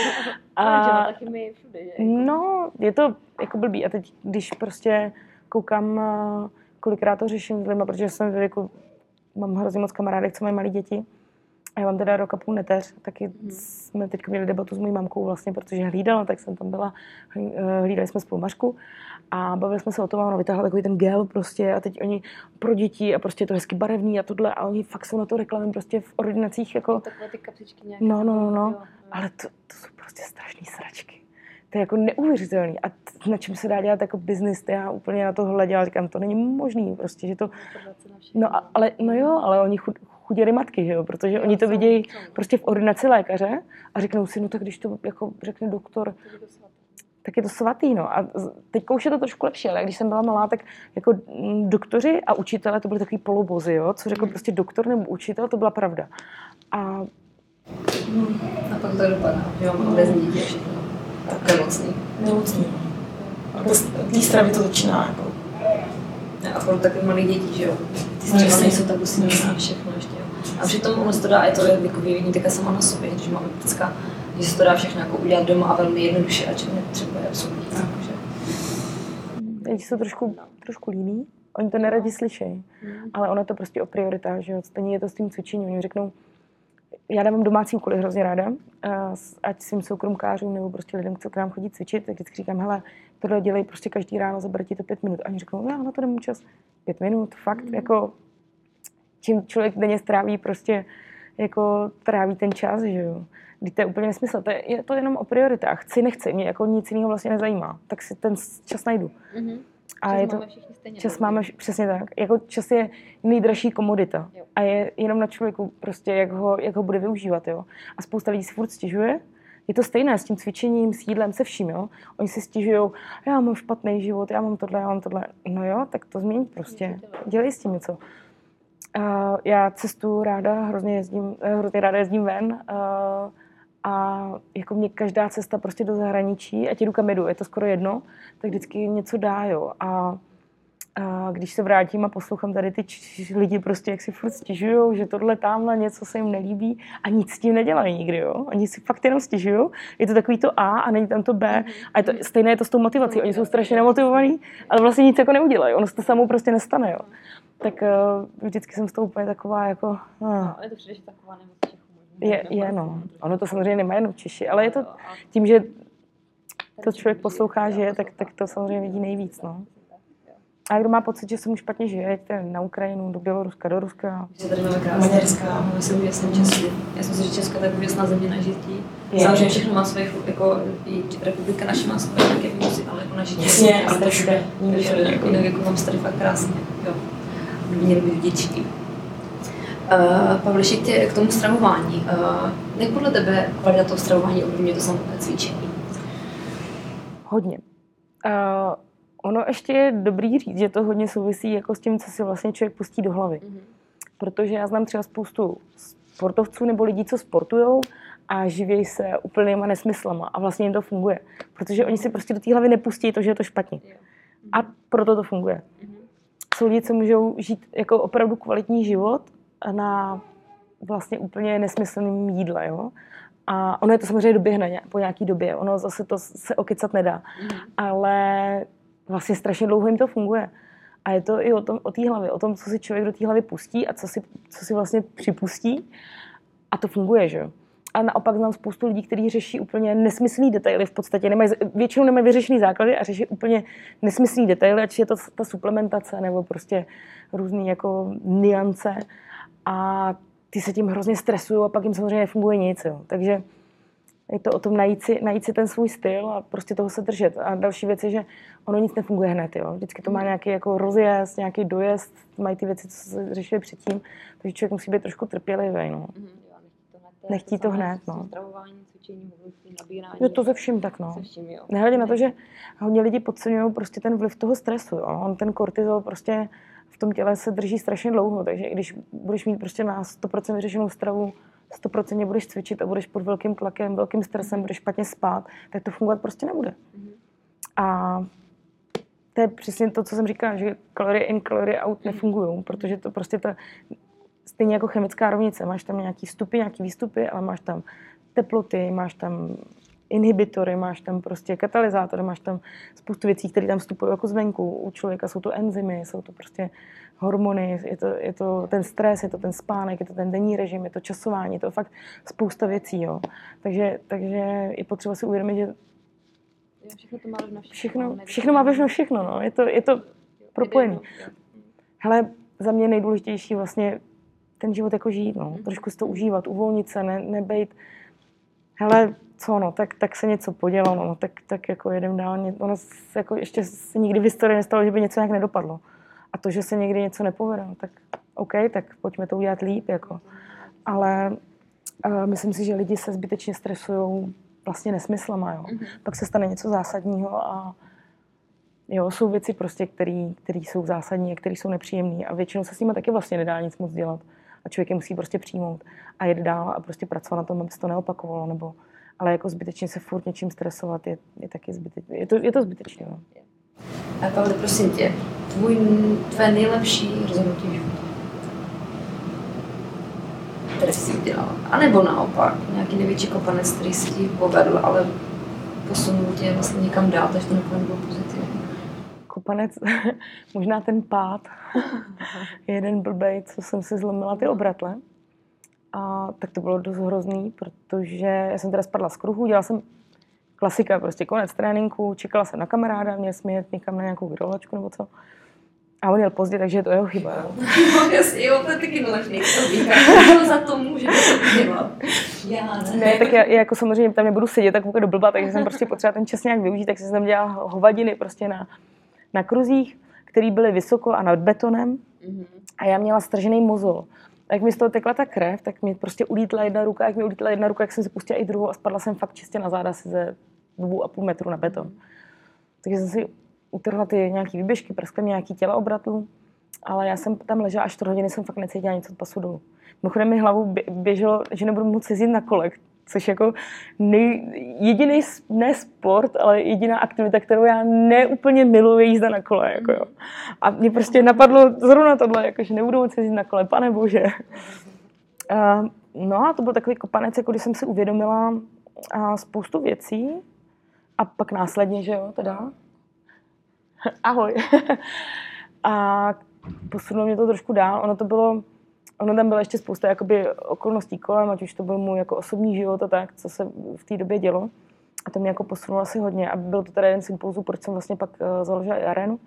A chemii všude, že? No, je to jako blbý. A teď, když prostě koukám, kolikrát to řeším s lidma, protože jsem jako, mám hrozně moc kamarádek, co mají malé děti. A já mám teda rok a půl neteř, taky hmm. jsme teď měli debatu s mojí mamkou vlastně, protože hlídala, tak jsem tam byla, hlídali jsme spolu Mařku a bavili jsme se o tom, a ona vytáhla takový ten gel prostě a teď oni pro děti a prostě je to hezky barevný a tohle a oni fakt jsou na to reklamy prostě v ordinacích jako... Takové ty kapsičky nějaké. No, no, no, no, ale to, to jsou prostě strašný sračky. To je jako neuvěřitelný a t- na čem se dá dělat jako business, já úplně na tohle dělám, říkám, to není možný prostě, že to... No, a, ale, no jo, ale oni chud, chuděry matky, že jo, protože jo, oni to vidějí prostě v ordinaci lékaře a řeknou si, no tak když to jako řekne doktor, tak je to svatý, no. A teďka už je to trošku lepší, ale když jsem byla malá, tak jako doktoři a učitelé to byly takový polobozy, jo, co řekl prostě doktor nebo učitel, to byla pravda. A, hmm. a pak to dopadá, že jo, mám bez dítě všechno. Tak nemocný. Nemocný. A té stravy to začíná, jako. A pro takové malé děti, že jo. Ty střeva nejsou tak usmělé všechno ještě, jo. A přitom ono se to dá, je to jako vyvíjení teďka sama na sobě, když mám optická, že se to dá všechno jako udělat doma a velmi jednoduše, a čem nepotřebuje absolutně. Takže... Děti jsou trošku, trošku líní, oni to neradi slyšejí, mm. ale ono je to prostě o prioritách, že jo. Stejně je to s tím cvičením, oni řeknou, já dávám domácí úkoly hrozně ráda, ať svým soukromkářům nebo prostě lidem, co k nám chodí cvičit, tak vždycky říkám, hele, tohle dělej prostě každý ráno, zabere ti to pět minut. A oni řeknou, no, na to nemůžu čas. Pět minut, fakt, mm. jako, čím člověk denně stráví prostě, jako tráví ten čas, že jo. Když to je úplně nesmysl, to je, je to jenom o prioritách. Chci, nechci, mě jako nic jiného vlastně nezajímá, tak si ten čas najdu. Mm-hmm. A čas je to, máme všichni stejně. čas máme vš- přesně tak. Jako čas je nejdražší komodita. Jo. A je jenom na člověku prostě, jak ho, jak ho bude využívat, jo. A spousta lidí si furt stěžuje. Je to stejné s tím cvičením, s jídlem, se vším, jo. Oni si stěžují, já mám špatný život, já mám tohle, já mám tohle. No jo, tak to změň prostě. Dělej s tím něco. Uh, já cestu ráda, hrozně jezdím, hrozně ráda jezdím ven. Uh, a jako mě každá cesta prostě do zahraničí, ať jdu kam jedu, je to skoro jedno, tak vždycky něco dá, jo. A, a když se vrátím a poslouchám tady ty č- lidi prostě, jak si furt stěžujou, že tohle tamhle něco se jim nelíbí a nic s tím nedělají nikdy, jo. Oni si fakt jenom stěžují, je to takový to A a není tam to B. A je to, stejné je to s tou motivací, oni jsou strašně nemotivovaní, ale vlastně nic jako neudělají, ono se to samou prostě nestane, jo. Tak uh, vždycky jsem s tou úplně taková jako... Uh. No, je to především taková nemoc Čechů. Je, je, no. Ono to samozřejmě nemá jenom Češi, ale je to tím, že to člověk poslouchá, že je, tak, tak to samozřejmě vidí nejvíc, no. A kdo má pocit, že se mu špatně žije, jděte na Ukrajinu, do Běloruska, do Ruska. Že tady máme krásně. Maďarská. Máme se úžasné Česky. Já si myslím, že Česko je tak úžasná země na žití. Samozřejmě všechno má svoje, jako i republika naše má svoje nějaké výnosy, ale jako na žití. Jasně, ale to je všude. Jinak jako mám tady fakt krásně. Jo. Měli být děčky. Uh, Pavle, ještě k tomu stravování. Uh, jak podle tebe kvalita toho stravování ovlivňuje to samotné cvičení? Hodně. Uh, ono ještě je dobrý říct, že to hodně souvisí jako s tím, co si vlastně člověk pustí do hlavy. Mm-hmm. Protože já znám třeba spoustu sportovců nebo lidí, co sportujou a živějí se úplnýma nesmyslama a vlastně jim to funguje. Protože oni si prostě do té hlavy nepustí to, že je to špatně. Mm-hmm. A proto to funguje. Mm-hmm. Jsou lidi, co můžou žít jako opravdu kvalitní život na vlastně úplně nesmyslným jídle, jo. A ono je to samozřejmě doběhne po nějaký době, ono zase to se okecat nedá, mm. ale vlastně strašně dlouho jim to funguje. A je to i o tom, o té hlavě, o tom, co si člověk do té hlavy pustí a co si, co si vlastně připustí a to funguje, že jo. A naopak znám spoustu lidí, kteří řeší úplně nesmyslný detaily, v podstatě nemají, většinou nemají vyřešený základy a řeší úplně nesmyslný detaily, ať je to ta suplementace nebo prostě různý jako niance. A ty se tím hrozně stresují a pak jim samozřejmě nefunguje nic. Jo. Takže je to o tom najít si, najít si ten svůj styl a prostě toho se držet. A další věc je, že ono nic nefunguje hned. Jo. Vždycky to má nějaký jako rozjezd, nějaký dojezd, mají ty věci, co se řešily předtím. Takže člověk musí být trošku trpělivý. No. Nechtí to hned. No. Stravování, cvičení, nabírání. Je to ze vším tak, no. Se vším, jo. Nehledě na to, že hodně lidí podceňují prostě ten vliv toho stresu. Jo. On ten kortizol prostě v tom těle se drží strašně dlouho, takže i když budeš mít prostě na sto procent vyřešenou stravu, sto procent budeš cvičit a budeš pod velkým tlakem, velkým stresem, budeš špatně spát, tak to fungovat prostě nebude. Mm-hmm. A to je přesně to, co jsem říkala, že kalorie in, kalorie out nefungují, protože to prostě ta stejně jako chemická rovnice. Máš tam nějaký vstupy, nějaký výstupy, ale máš tam teploty, máš tam inhibitory, máš tam prostě katalyzátory, máš tam spoustu věcí, které tam vstupují jako zvenku. U člověka jsou to enzymy, jsou to prostě hormony, je to, je to ten stres, je to ten spánek, je to ten denní režim, je to časování, je to fakt spousta věcí. Jo. Takže, takže je potřeba si uvědomit, že všechno to má vliv na všechno. Všechno, všechno má vliv na všechno, no. Je to, je to propojený. Hele, za mě nejdůležitější vlastně ten život jako žít, no. Trošku si to užívat, uvolnit se, ne, nebejt. Hele, co no, tak, tak se něco podělalo, no, tak, tak jako jedem dál. Ono se jako ještě se nikdy v historii nestalo, že by něco nějak nedopadlo. A to, že se někdy něco nepovede, no, tak OK, tak pojďme to udělat líp, jako. Ale uh, myslím si, že lidi se zbytečně stresují vlastně nesmyslama, jo. Mm-hmm. Pak se stane něco zásadního a jo, jsou věci prostě, které jsou zásadní a které jsou nepříjemné a většinou se s nimi taky vlastně nedá nic moc dělat. A člověk je musí prostě přijmout a jet dál a prostě pracovat na tom, aby se to neopakovalo, nebo ale jako zbytečně se furt něčím stresovat je, je taky zbytečné. Je to, je to zbytečné. No. A Pavle, prosím tě, tvůj, tvé nejlepší rozhodnutí v životě, které jsi udělal, anebo naopak nějaký největší kopanec, který si ti povedl, ale posunul tě vlastně někam dál, takže to nakonec bylo pozitivní. Kopanec, možná ten pád, jeden blbej, co jsem si zlomila ty obratle. A tak to bylo dost hrozný, protože já jsem teda spadla z kruhu, dělala jsem klasika, prostě konec tréninku, čekala jsem na kamaráda, měl jsme jet někam na nějakou grilovačku nebo co. A on jel pozdě, takže je to jeho chyba. No jasně, jo, to je taky důležitý, to za to může to dělat. Já ne. Ne, tak já, já jako samozřejmě tam nebudu sedět tak do blba, takže jsem prostě potřeba ten čas nějak využít, tak jsem dělala hovadiny prostě na, na kruzích, které byly vysoko a nad betonem a já měla stržený mozol. A jak mi z toho tekla ta krev, tak mi prostě ulítla jedna ruka, jak mi ulítla jedna ruka, jak jsem si pustila i druhou a spadla jsem fakt čistě na záda asi ze dvou a půl metru na beton. Takže jsem si utrhla ty nějaký výběžky, prskla mě nějaký těla obratlů, ale já jsem tam ležela až čtyři hodiny, jsem fakt necítila nic od pasu dolů. Mimochodem mi hlavou běželo, že nebudu moc jezdit na kolech, což jako nej, jediný, ne sport, ale jediná aktivita, kterou já neúplně miluji, je jízda na kole. Jako jo. A mě prostě napadlo zrovna tohle, jako, že nebudu moc jezdit na kole, pane bože. Uh, no a to byl takový kopanec, jako když jsem si uvědomila uh, spoustu věcí a pak následně, že jo, teda. Ahoj. A posunulo mě to trošku dál, ono to bylo Ono tam byla ještě spousta jakoby, okolností kolem, ať už to byl můj jako osobní život a tak, co se v té době dělo. A to mě jako posunulo asi hodně. A byl to teda jeden z impulzů, proč jsem vlastně pak uh, založila i arénu.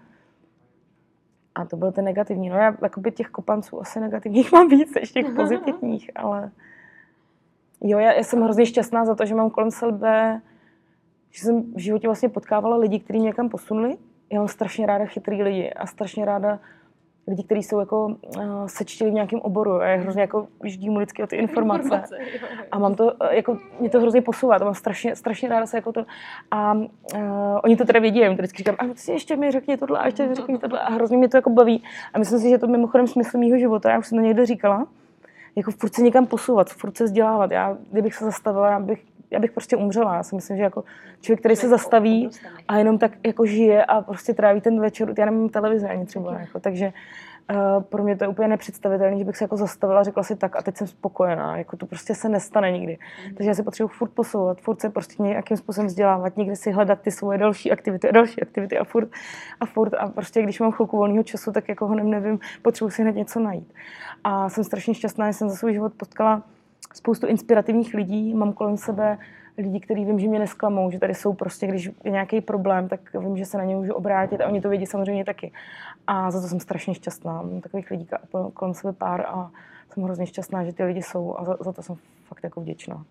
A to byl ten negativní. No já jakoby těch kopanců asi negativních mám víc, než těch pozitivních, ale jo, já, já jsem hrozně šťastná za to, že mám kolem sebe, že jsem v životě vlastně potkávala lidi, kteří mě někam posunuli. Já mám strašně ráda chytrý lidi a strašně ráda lidi, kteří jsou jako uh, sečtěli v nějakém oboru a je hrozně jako vždí mu vždycky o ty informace. informace a mám to, jako, mě to hrozně posouvá, to mám strašně, strašně ráda se jako to a uh, oni to teda vědí, já jim to vždycky říkám, a si ještě mi řekni tohle a ještě mi řekni tohle a hrozně mě to jako baví a myslím si, že to mimochodem smysl mýho života, já už jsem to někde říkala, jako furt se někam posouvat, furt se vzdělávat, já kdybych se zastavila, já bych Já bych prostě umřela. Já si myslím, že jako člověk, který se zastaví a jenom tak jako žije a prostě tráví ten večer, já nemám televizi ani třeba, jako, takže uh, pro mě to je úplně nepředstavitelné, že bych se jako zastavila a řekla si tak a teď jsem spokojená, jako to prostě se nestane nikdy. Mm. Takže já se potřebuji furt posouvat, furt se prostě nějakým způsobem vzdělávat, někde si hledat ty svoje další aktivity a další aktivity a furt a furt a prostě když mám chvilku volného času, tak jako ho nevím, potřebuji si hned něco najít. A jsem strašně šťastná, že jsem za svůj život potkala spoustu inspirativních lidí, mám kolem sebe lidi, kteří vím, že mě nesklamou, že tady jsou prostě, když je nějaký problém, tak vím, že se na ně můžu obrátit a oni to vědí samozřejmě taky. A za to jsem strašně šťastná. Mám takových lidí kolem sebe pár a jsem hrozně šťastná, že ty lidi jsou a za, za to jsem fakt jako vděčná.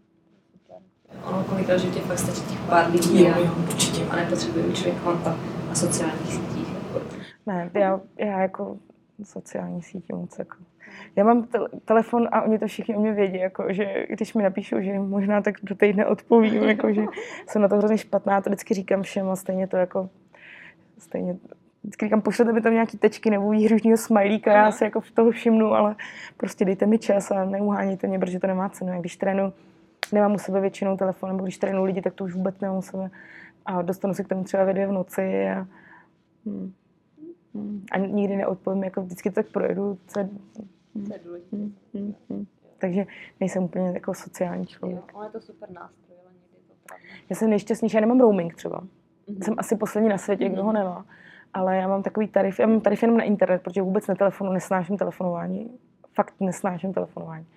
Ono kolikrát, že tě fakt stačí těch pár lidí jo, jo, určitě. A nepotřebuje člověk konta na sociálních sítích. Ne, já, já jako sociální sítě moc jako... Já mám te- telefon a oni to všichni o mě vědí, jako, že když mi napíšou, že možná tak do týdne odpovím, jako, že jsem na to hrozně špatná, to vždycky říkám všem a stejně to jako, stejně, vždycky říkám, pošlete mi tam nějaký tečky nebo výhružního smajlíka, já si jako v toho všimnu, ale prostě dejte mi čas a neuhánějte mě, protože to nemá cenu. Jak když trénu, nemám u sebe většinou telefon, nebo když trénu lidi, tak to už vůbec nemám u sebe a dostanu se k tomu třeba ve dvě v noci a, hm, hm, a nikdy neodpovím, jako vždycky to tak projedu, co je, To je důležité. Hmm, hmm, hmm. Takže nejsem úplně jako sociální člověk. Jo, ale je to super nástroj, ale někdy to pravda. Já jsem nejšťastnější, já nemám roaming třeba. Mm-hmm. Jsem asi poslední na světě, kdo ho nemá. Ale já mám takový tarif, já mám tarif jenom na internet, protože vůbec netelefonu, nesnáším telefonování. Fakt nesnáším telefonování.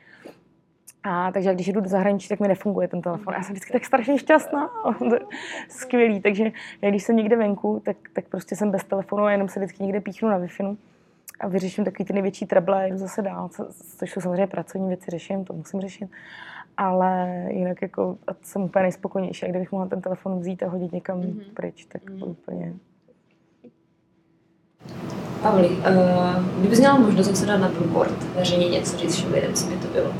A takže když jdu do zahraničí, tak mi nefunguje ten telefon. Já jsem vždycky tak strašně šťastná. Skvělý. Takže já, když jsem někde venku, tak, tak prostě jsem bez telefonu a jenom se vždycky někde píchnu na Wi-Fi a vyřeším takový ty největší trable, jdu zase dál, co, což jsou samozřejmě pracovní věci, řeším, to musím řešit. Ale jinak jako jsem úplně nejspokojenější. A kdybych mohla ten telefon vzít a hodit někam mm-hmm. pryč, tak mm-hmm. úplně... Pavli, uh, kdybys měla možnost něco dát na billboard, veřejně něco říct všem lidem, co by to bylo?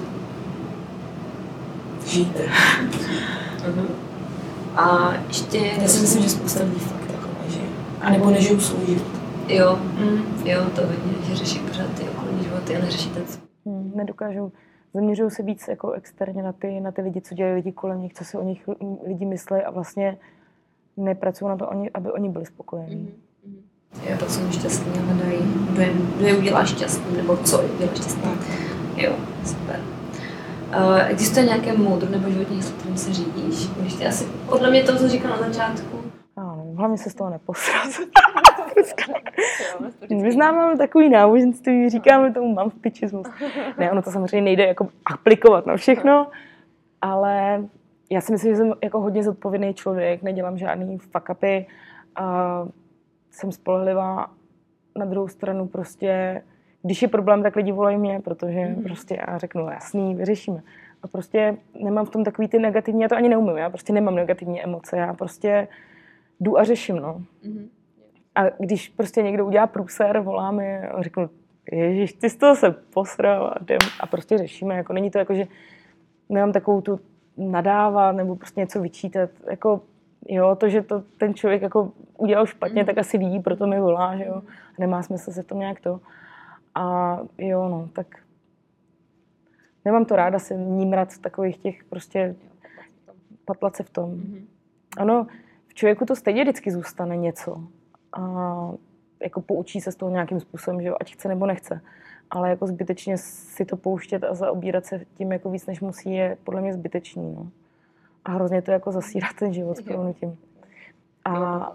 Žijte. Uh-huh. A ještě... Já si myslím, že spousta lidí fakt takové žije. A nebo nežijou svůj život. Jo, mm, jo, to hodně, že řeší pořád ty okolní životy a neřeší ten svůj. Hmm, nedokážu. Zaměřuju se víc jako externě na ty, na ty lidi, co dělají lidi kolem nich, co si o nich lidi myslí a vlastně nepracují na to, aby oni byli spokojení. Jo, pak jsou šťastní a hledají, kdo je, kdo je udělá šťastný, nebo co je udělá šťastný. Jo, super. Uh, existuje nějaké moudro nebo životní heslo, kterým se řídíš? Když ty asi, podle mě to, co říkal na začátku. Ano, hlavně se z toho neposrat. My známe takový náboženství, říkáme tomu mampičismus. Ne, ono to samozřejmě nejde jako aplikovat na všechno, ale já si myslím, že jsem jako hodně zodpovědný člověk, nedělám žádný fuck upy, a jsem spolehlivá. Na druhou stranu prostě, když je problém, tak lidi volají mě, protože mm. prostě já řeknu, jasný, vyřešíme. A prostě nemám v tom takový ty negativní, já to ani neumím, já prostě nemám negativní emoce, já prostě jdu a řeším, no. Mm-hmm. A když prostě někdo udělá průser, voláme a řeknu, ježiš, ty z toho se posral a jdem a prostě řešíme. Jako není to jako, že nemám takovou tu nadávat nebo prostě něco vyčítat. Jako, jo, to, že to ten člověk jako udělal špatně, tak asi ví, proto mi volá, že jo. Nemá smysl se v tom nějak to. A jo, no, tak nemám to ráda se nímrat v takových těch prostě patlat se v tom. Ano, v člověku to stejně vždycky zůstane něco. A jako poučí se z toho nějakým způsobem, že jo, ať chce nebo nechce. Ale jako zbytečně si to pouštět a zaobírat se tím jako víc, než musí, je podle mě zbytečný, no. A hrozně to jako zasírá ten život s tím. A,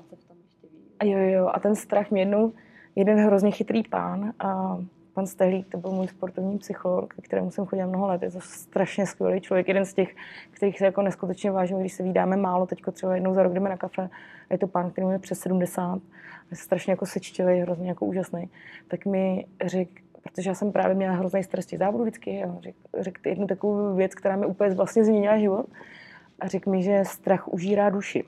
a jo, jo, a ten strach mě jednou, jeden hrozně chytrý pán, a pan Stehlík, to byl můj sportovní psycholog, kterému jsem chodila mnoho let, je to strašně skvělý člověk, jeden z těch, kterých se jako neskutečně vážím, když se vídáme málo, teďko třeba jednou za rok jdeme na kafe, je to pán, který je přes sedmdesát, je strašně jako sečtělej, hrozně jako úžasný, tak mi řekl, protože já jsem právě měla hrozný stres těch závodů vždycky, a řekl řek jednu takovou věc, která mi úplně vlastně změnila život, a řekl mi, že strach užírá duši.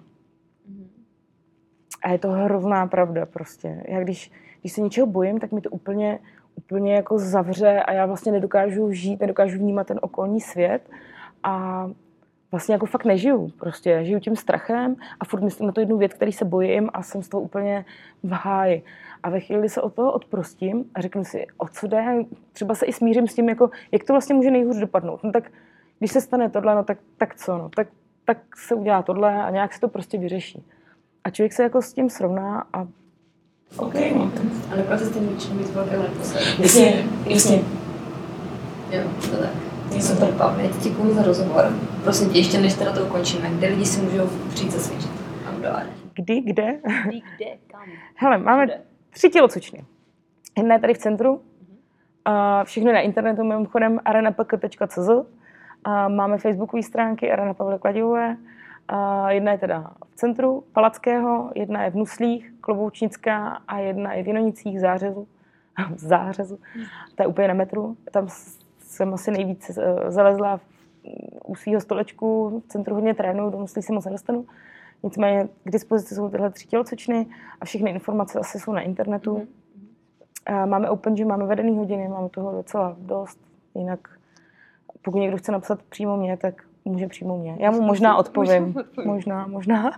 A je to hrozná pravda prostě. Já když, když se něčeho bojím, tak mi to úplně, úplně jako zavře a já vlastně nedokážu žít, nedokážu vnímat ten okolní svět a vlastně jako fakt nežiju. Prostě já žiju tím strachem a furt myslím na to jednu věc, který se bojím a jsem z toho úplně v háji. A ve chvíli se od toho odprostím a řeknu si, o co jde, třeba se i smířím s tím, jako, jak to vlastně může nejhůř dopadnout. No tak když se stane tohle, no tak, tak co, no, tak, tak se udělá tohle a nějak se to prostě vyřeší. A člověk se jako s tím srovná a OK, no. A nakonec se s tím většinou mít velké neposlední. Jasně, jasně. Jo, to tak. Super, Pavle, já ti děkuju za rozhovor. Prosím tě, ještě než teda to ukončíme, kde lidi si můžou přijít zasvědčit? Kdy, kde? Kdy, kde, kam? Hele, máme tři tělocvičny. Jedna je tady v centru, a všechno je na internetu, mimochodem arena p k tečka c z. A máme facebookové stránky Arena Pavly Kladivové. A jedna je teda v centru Palackého, jedna je v Nuslích, Kloboučnická a jedna je v Jinonicích, Zářezu. Zářezu. To je úplně na metru. Tam jsem asi nejvíc zalezla v u svého stolečku, v centru hodně trénuju, do Nuslí si moc nedostanu. Nicméně k dispozici jsou tyhle tři tělocvičny a všechny informace asi jsou na internetu. Mm-hmm. Máme open gym, máme vedený hodiny, máme toho docela dost. Jinak pokud někdo chce napsat přímo mě, tak může přímo mě. Já mu možná odpovím. Možná, možná.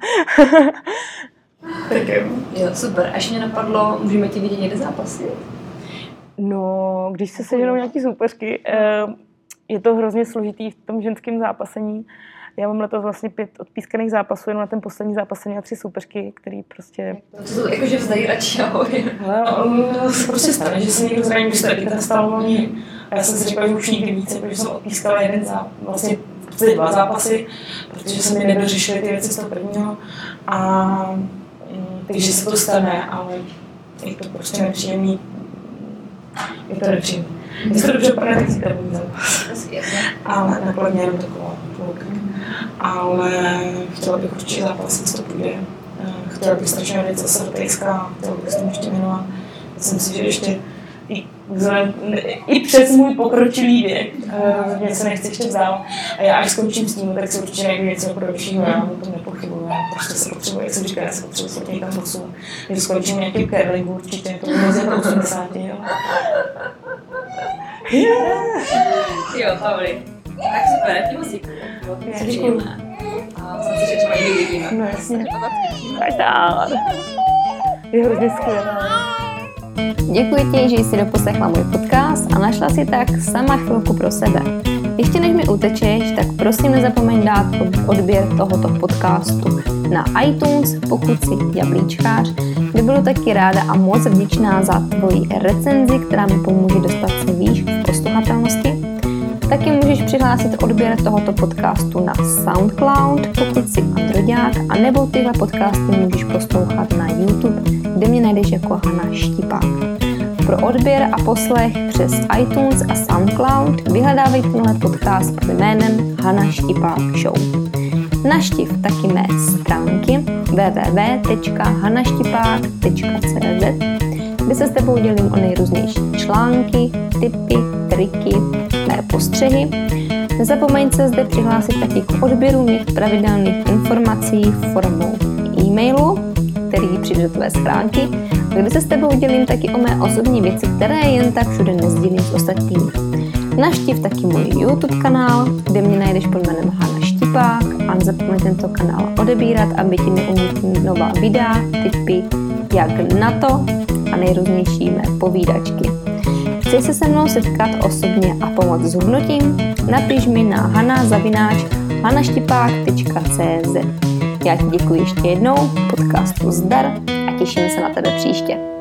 Tak jo. Jo, super. Až mě napadlo, můžeme ti vidět někde zápasy? No, když se seženou nějaký soupeřky, je to hrozně složitý v tom ženském zápasení. Já mám letos vlastně pět odpískaných zápasů, jenom na ten poslední zápas jsem měla tři soupeřky, který prostě... To jsou jakože vzdají radši, ahoj. Ale se prostě stane, že se někdo zraní, když se taky ten stalo hlavně. A já jsem si řekla, že už nikdy víc, protože jsem odpískala jeden zápas, vlastně ty dva zápasy, protože se mi nedořešily ty věci z toho prvního. A takže se to stane, ale je to prostě nepříjemný. Je to nepříjemný. Když to dobře padne, tak si to bude zápas. Ale nakonec mě jenom taková půlka. Ale chtěla bych určitě zápasit, co to půjde. Chtěla bych strašně vědět zase do Tejska, chtěla bych s tím ještě jmenovat. Myslím si, že ještě i, i přes můj pokročilý věk mě se nechci ještě vzdál. A já až skončím s tím, tak si určitě najdu něco jako dalšího, já o tom nepochybuji. Já prostě se potřebuji, jak jsem říkala, já se potřebuji se někam posunout. Když skončím nějaký curlingu určitě, to bude mezi osmdesáti, jo. Jo, Pavli. Tak super, já ti moc děkuji. Děkuji. A jsem si, že třeba někdy vidíme. No jasně. Tak dál. Je hrozně skvělá. Děkuji ti, že jsi doposlechla můj podcast a našla si tak sama chvilku pro sebe. Ještě než mi utečeš, tak prosím nezapomeň dát odběr tohoto podcastu na iTunes, pokud jsi jablíčkář, by bylo taky ráda a moc vděčná za tvoji recenzi, která mi pomůže dostat se výš v posluchatelnosti. Taky můžeš přihlásit odběr tohoto podcastu na SoundCloud, pokud jsi androďák, anebo tyhle podcasty můžeš poslouchat na YouTube, kde mě najdeš jako Hana Štipák. Pro odběr a poslech přes iTunes a SoundCloud vyhledávej tenhle podcast pod jménem Hana Štipák Show. Navštiv taky mé stránky w w w tečka hanaštipák tečka c z, kde se s tebou dělím o nejrůznější články, tipy, triky, mé postřehy. Nezapomeň se zde přihlásit taky k odběru mých pravidelných informací formou e-mailu. který přijde do tvé schránky a kde se s tebou dělím taky o mé osobní věci, které jen tak všude nesdílím s ostatními. Navštiv taky můj YouTube kanál, kde mě najdeš pod jménem Hana Štipák a nezapomeň tento kanál odebírat, aby ti neunikly nová videa, tipy, jak na to a nejrůznější mé povídačky. Chceš se se mnou setkat osobně a pomoct s hodnotím? Napiš mi na hana zavináč hanaštipák tečka cé zet. Já ti děkuji ještě jednou, podcastu zdar a těším se na tebe příště.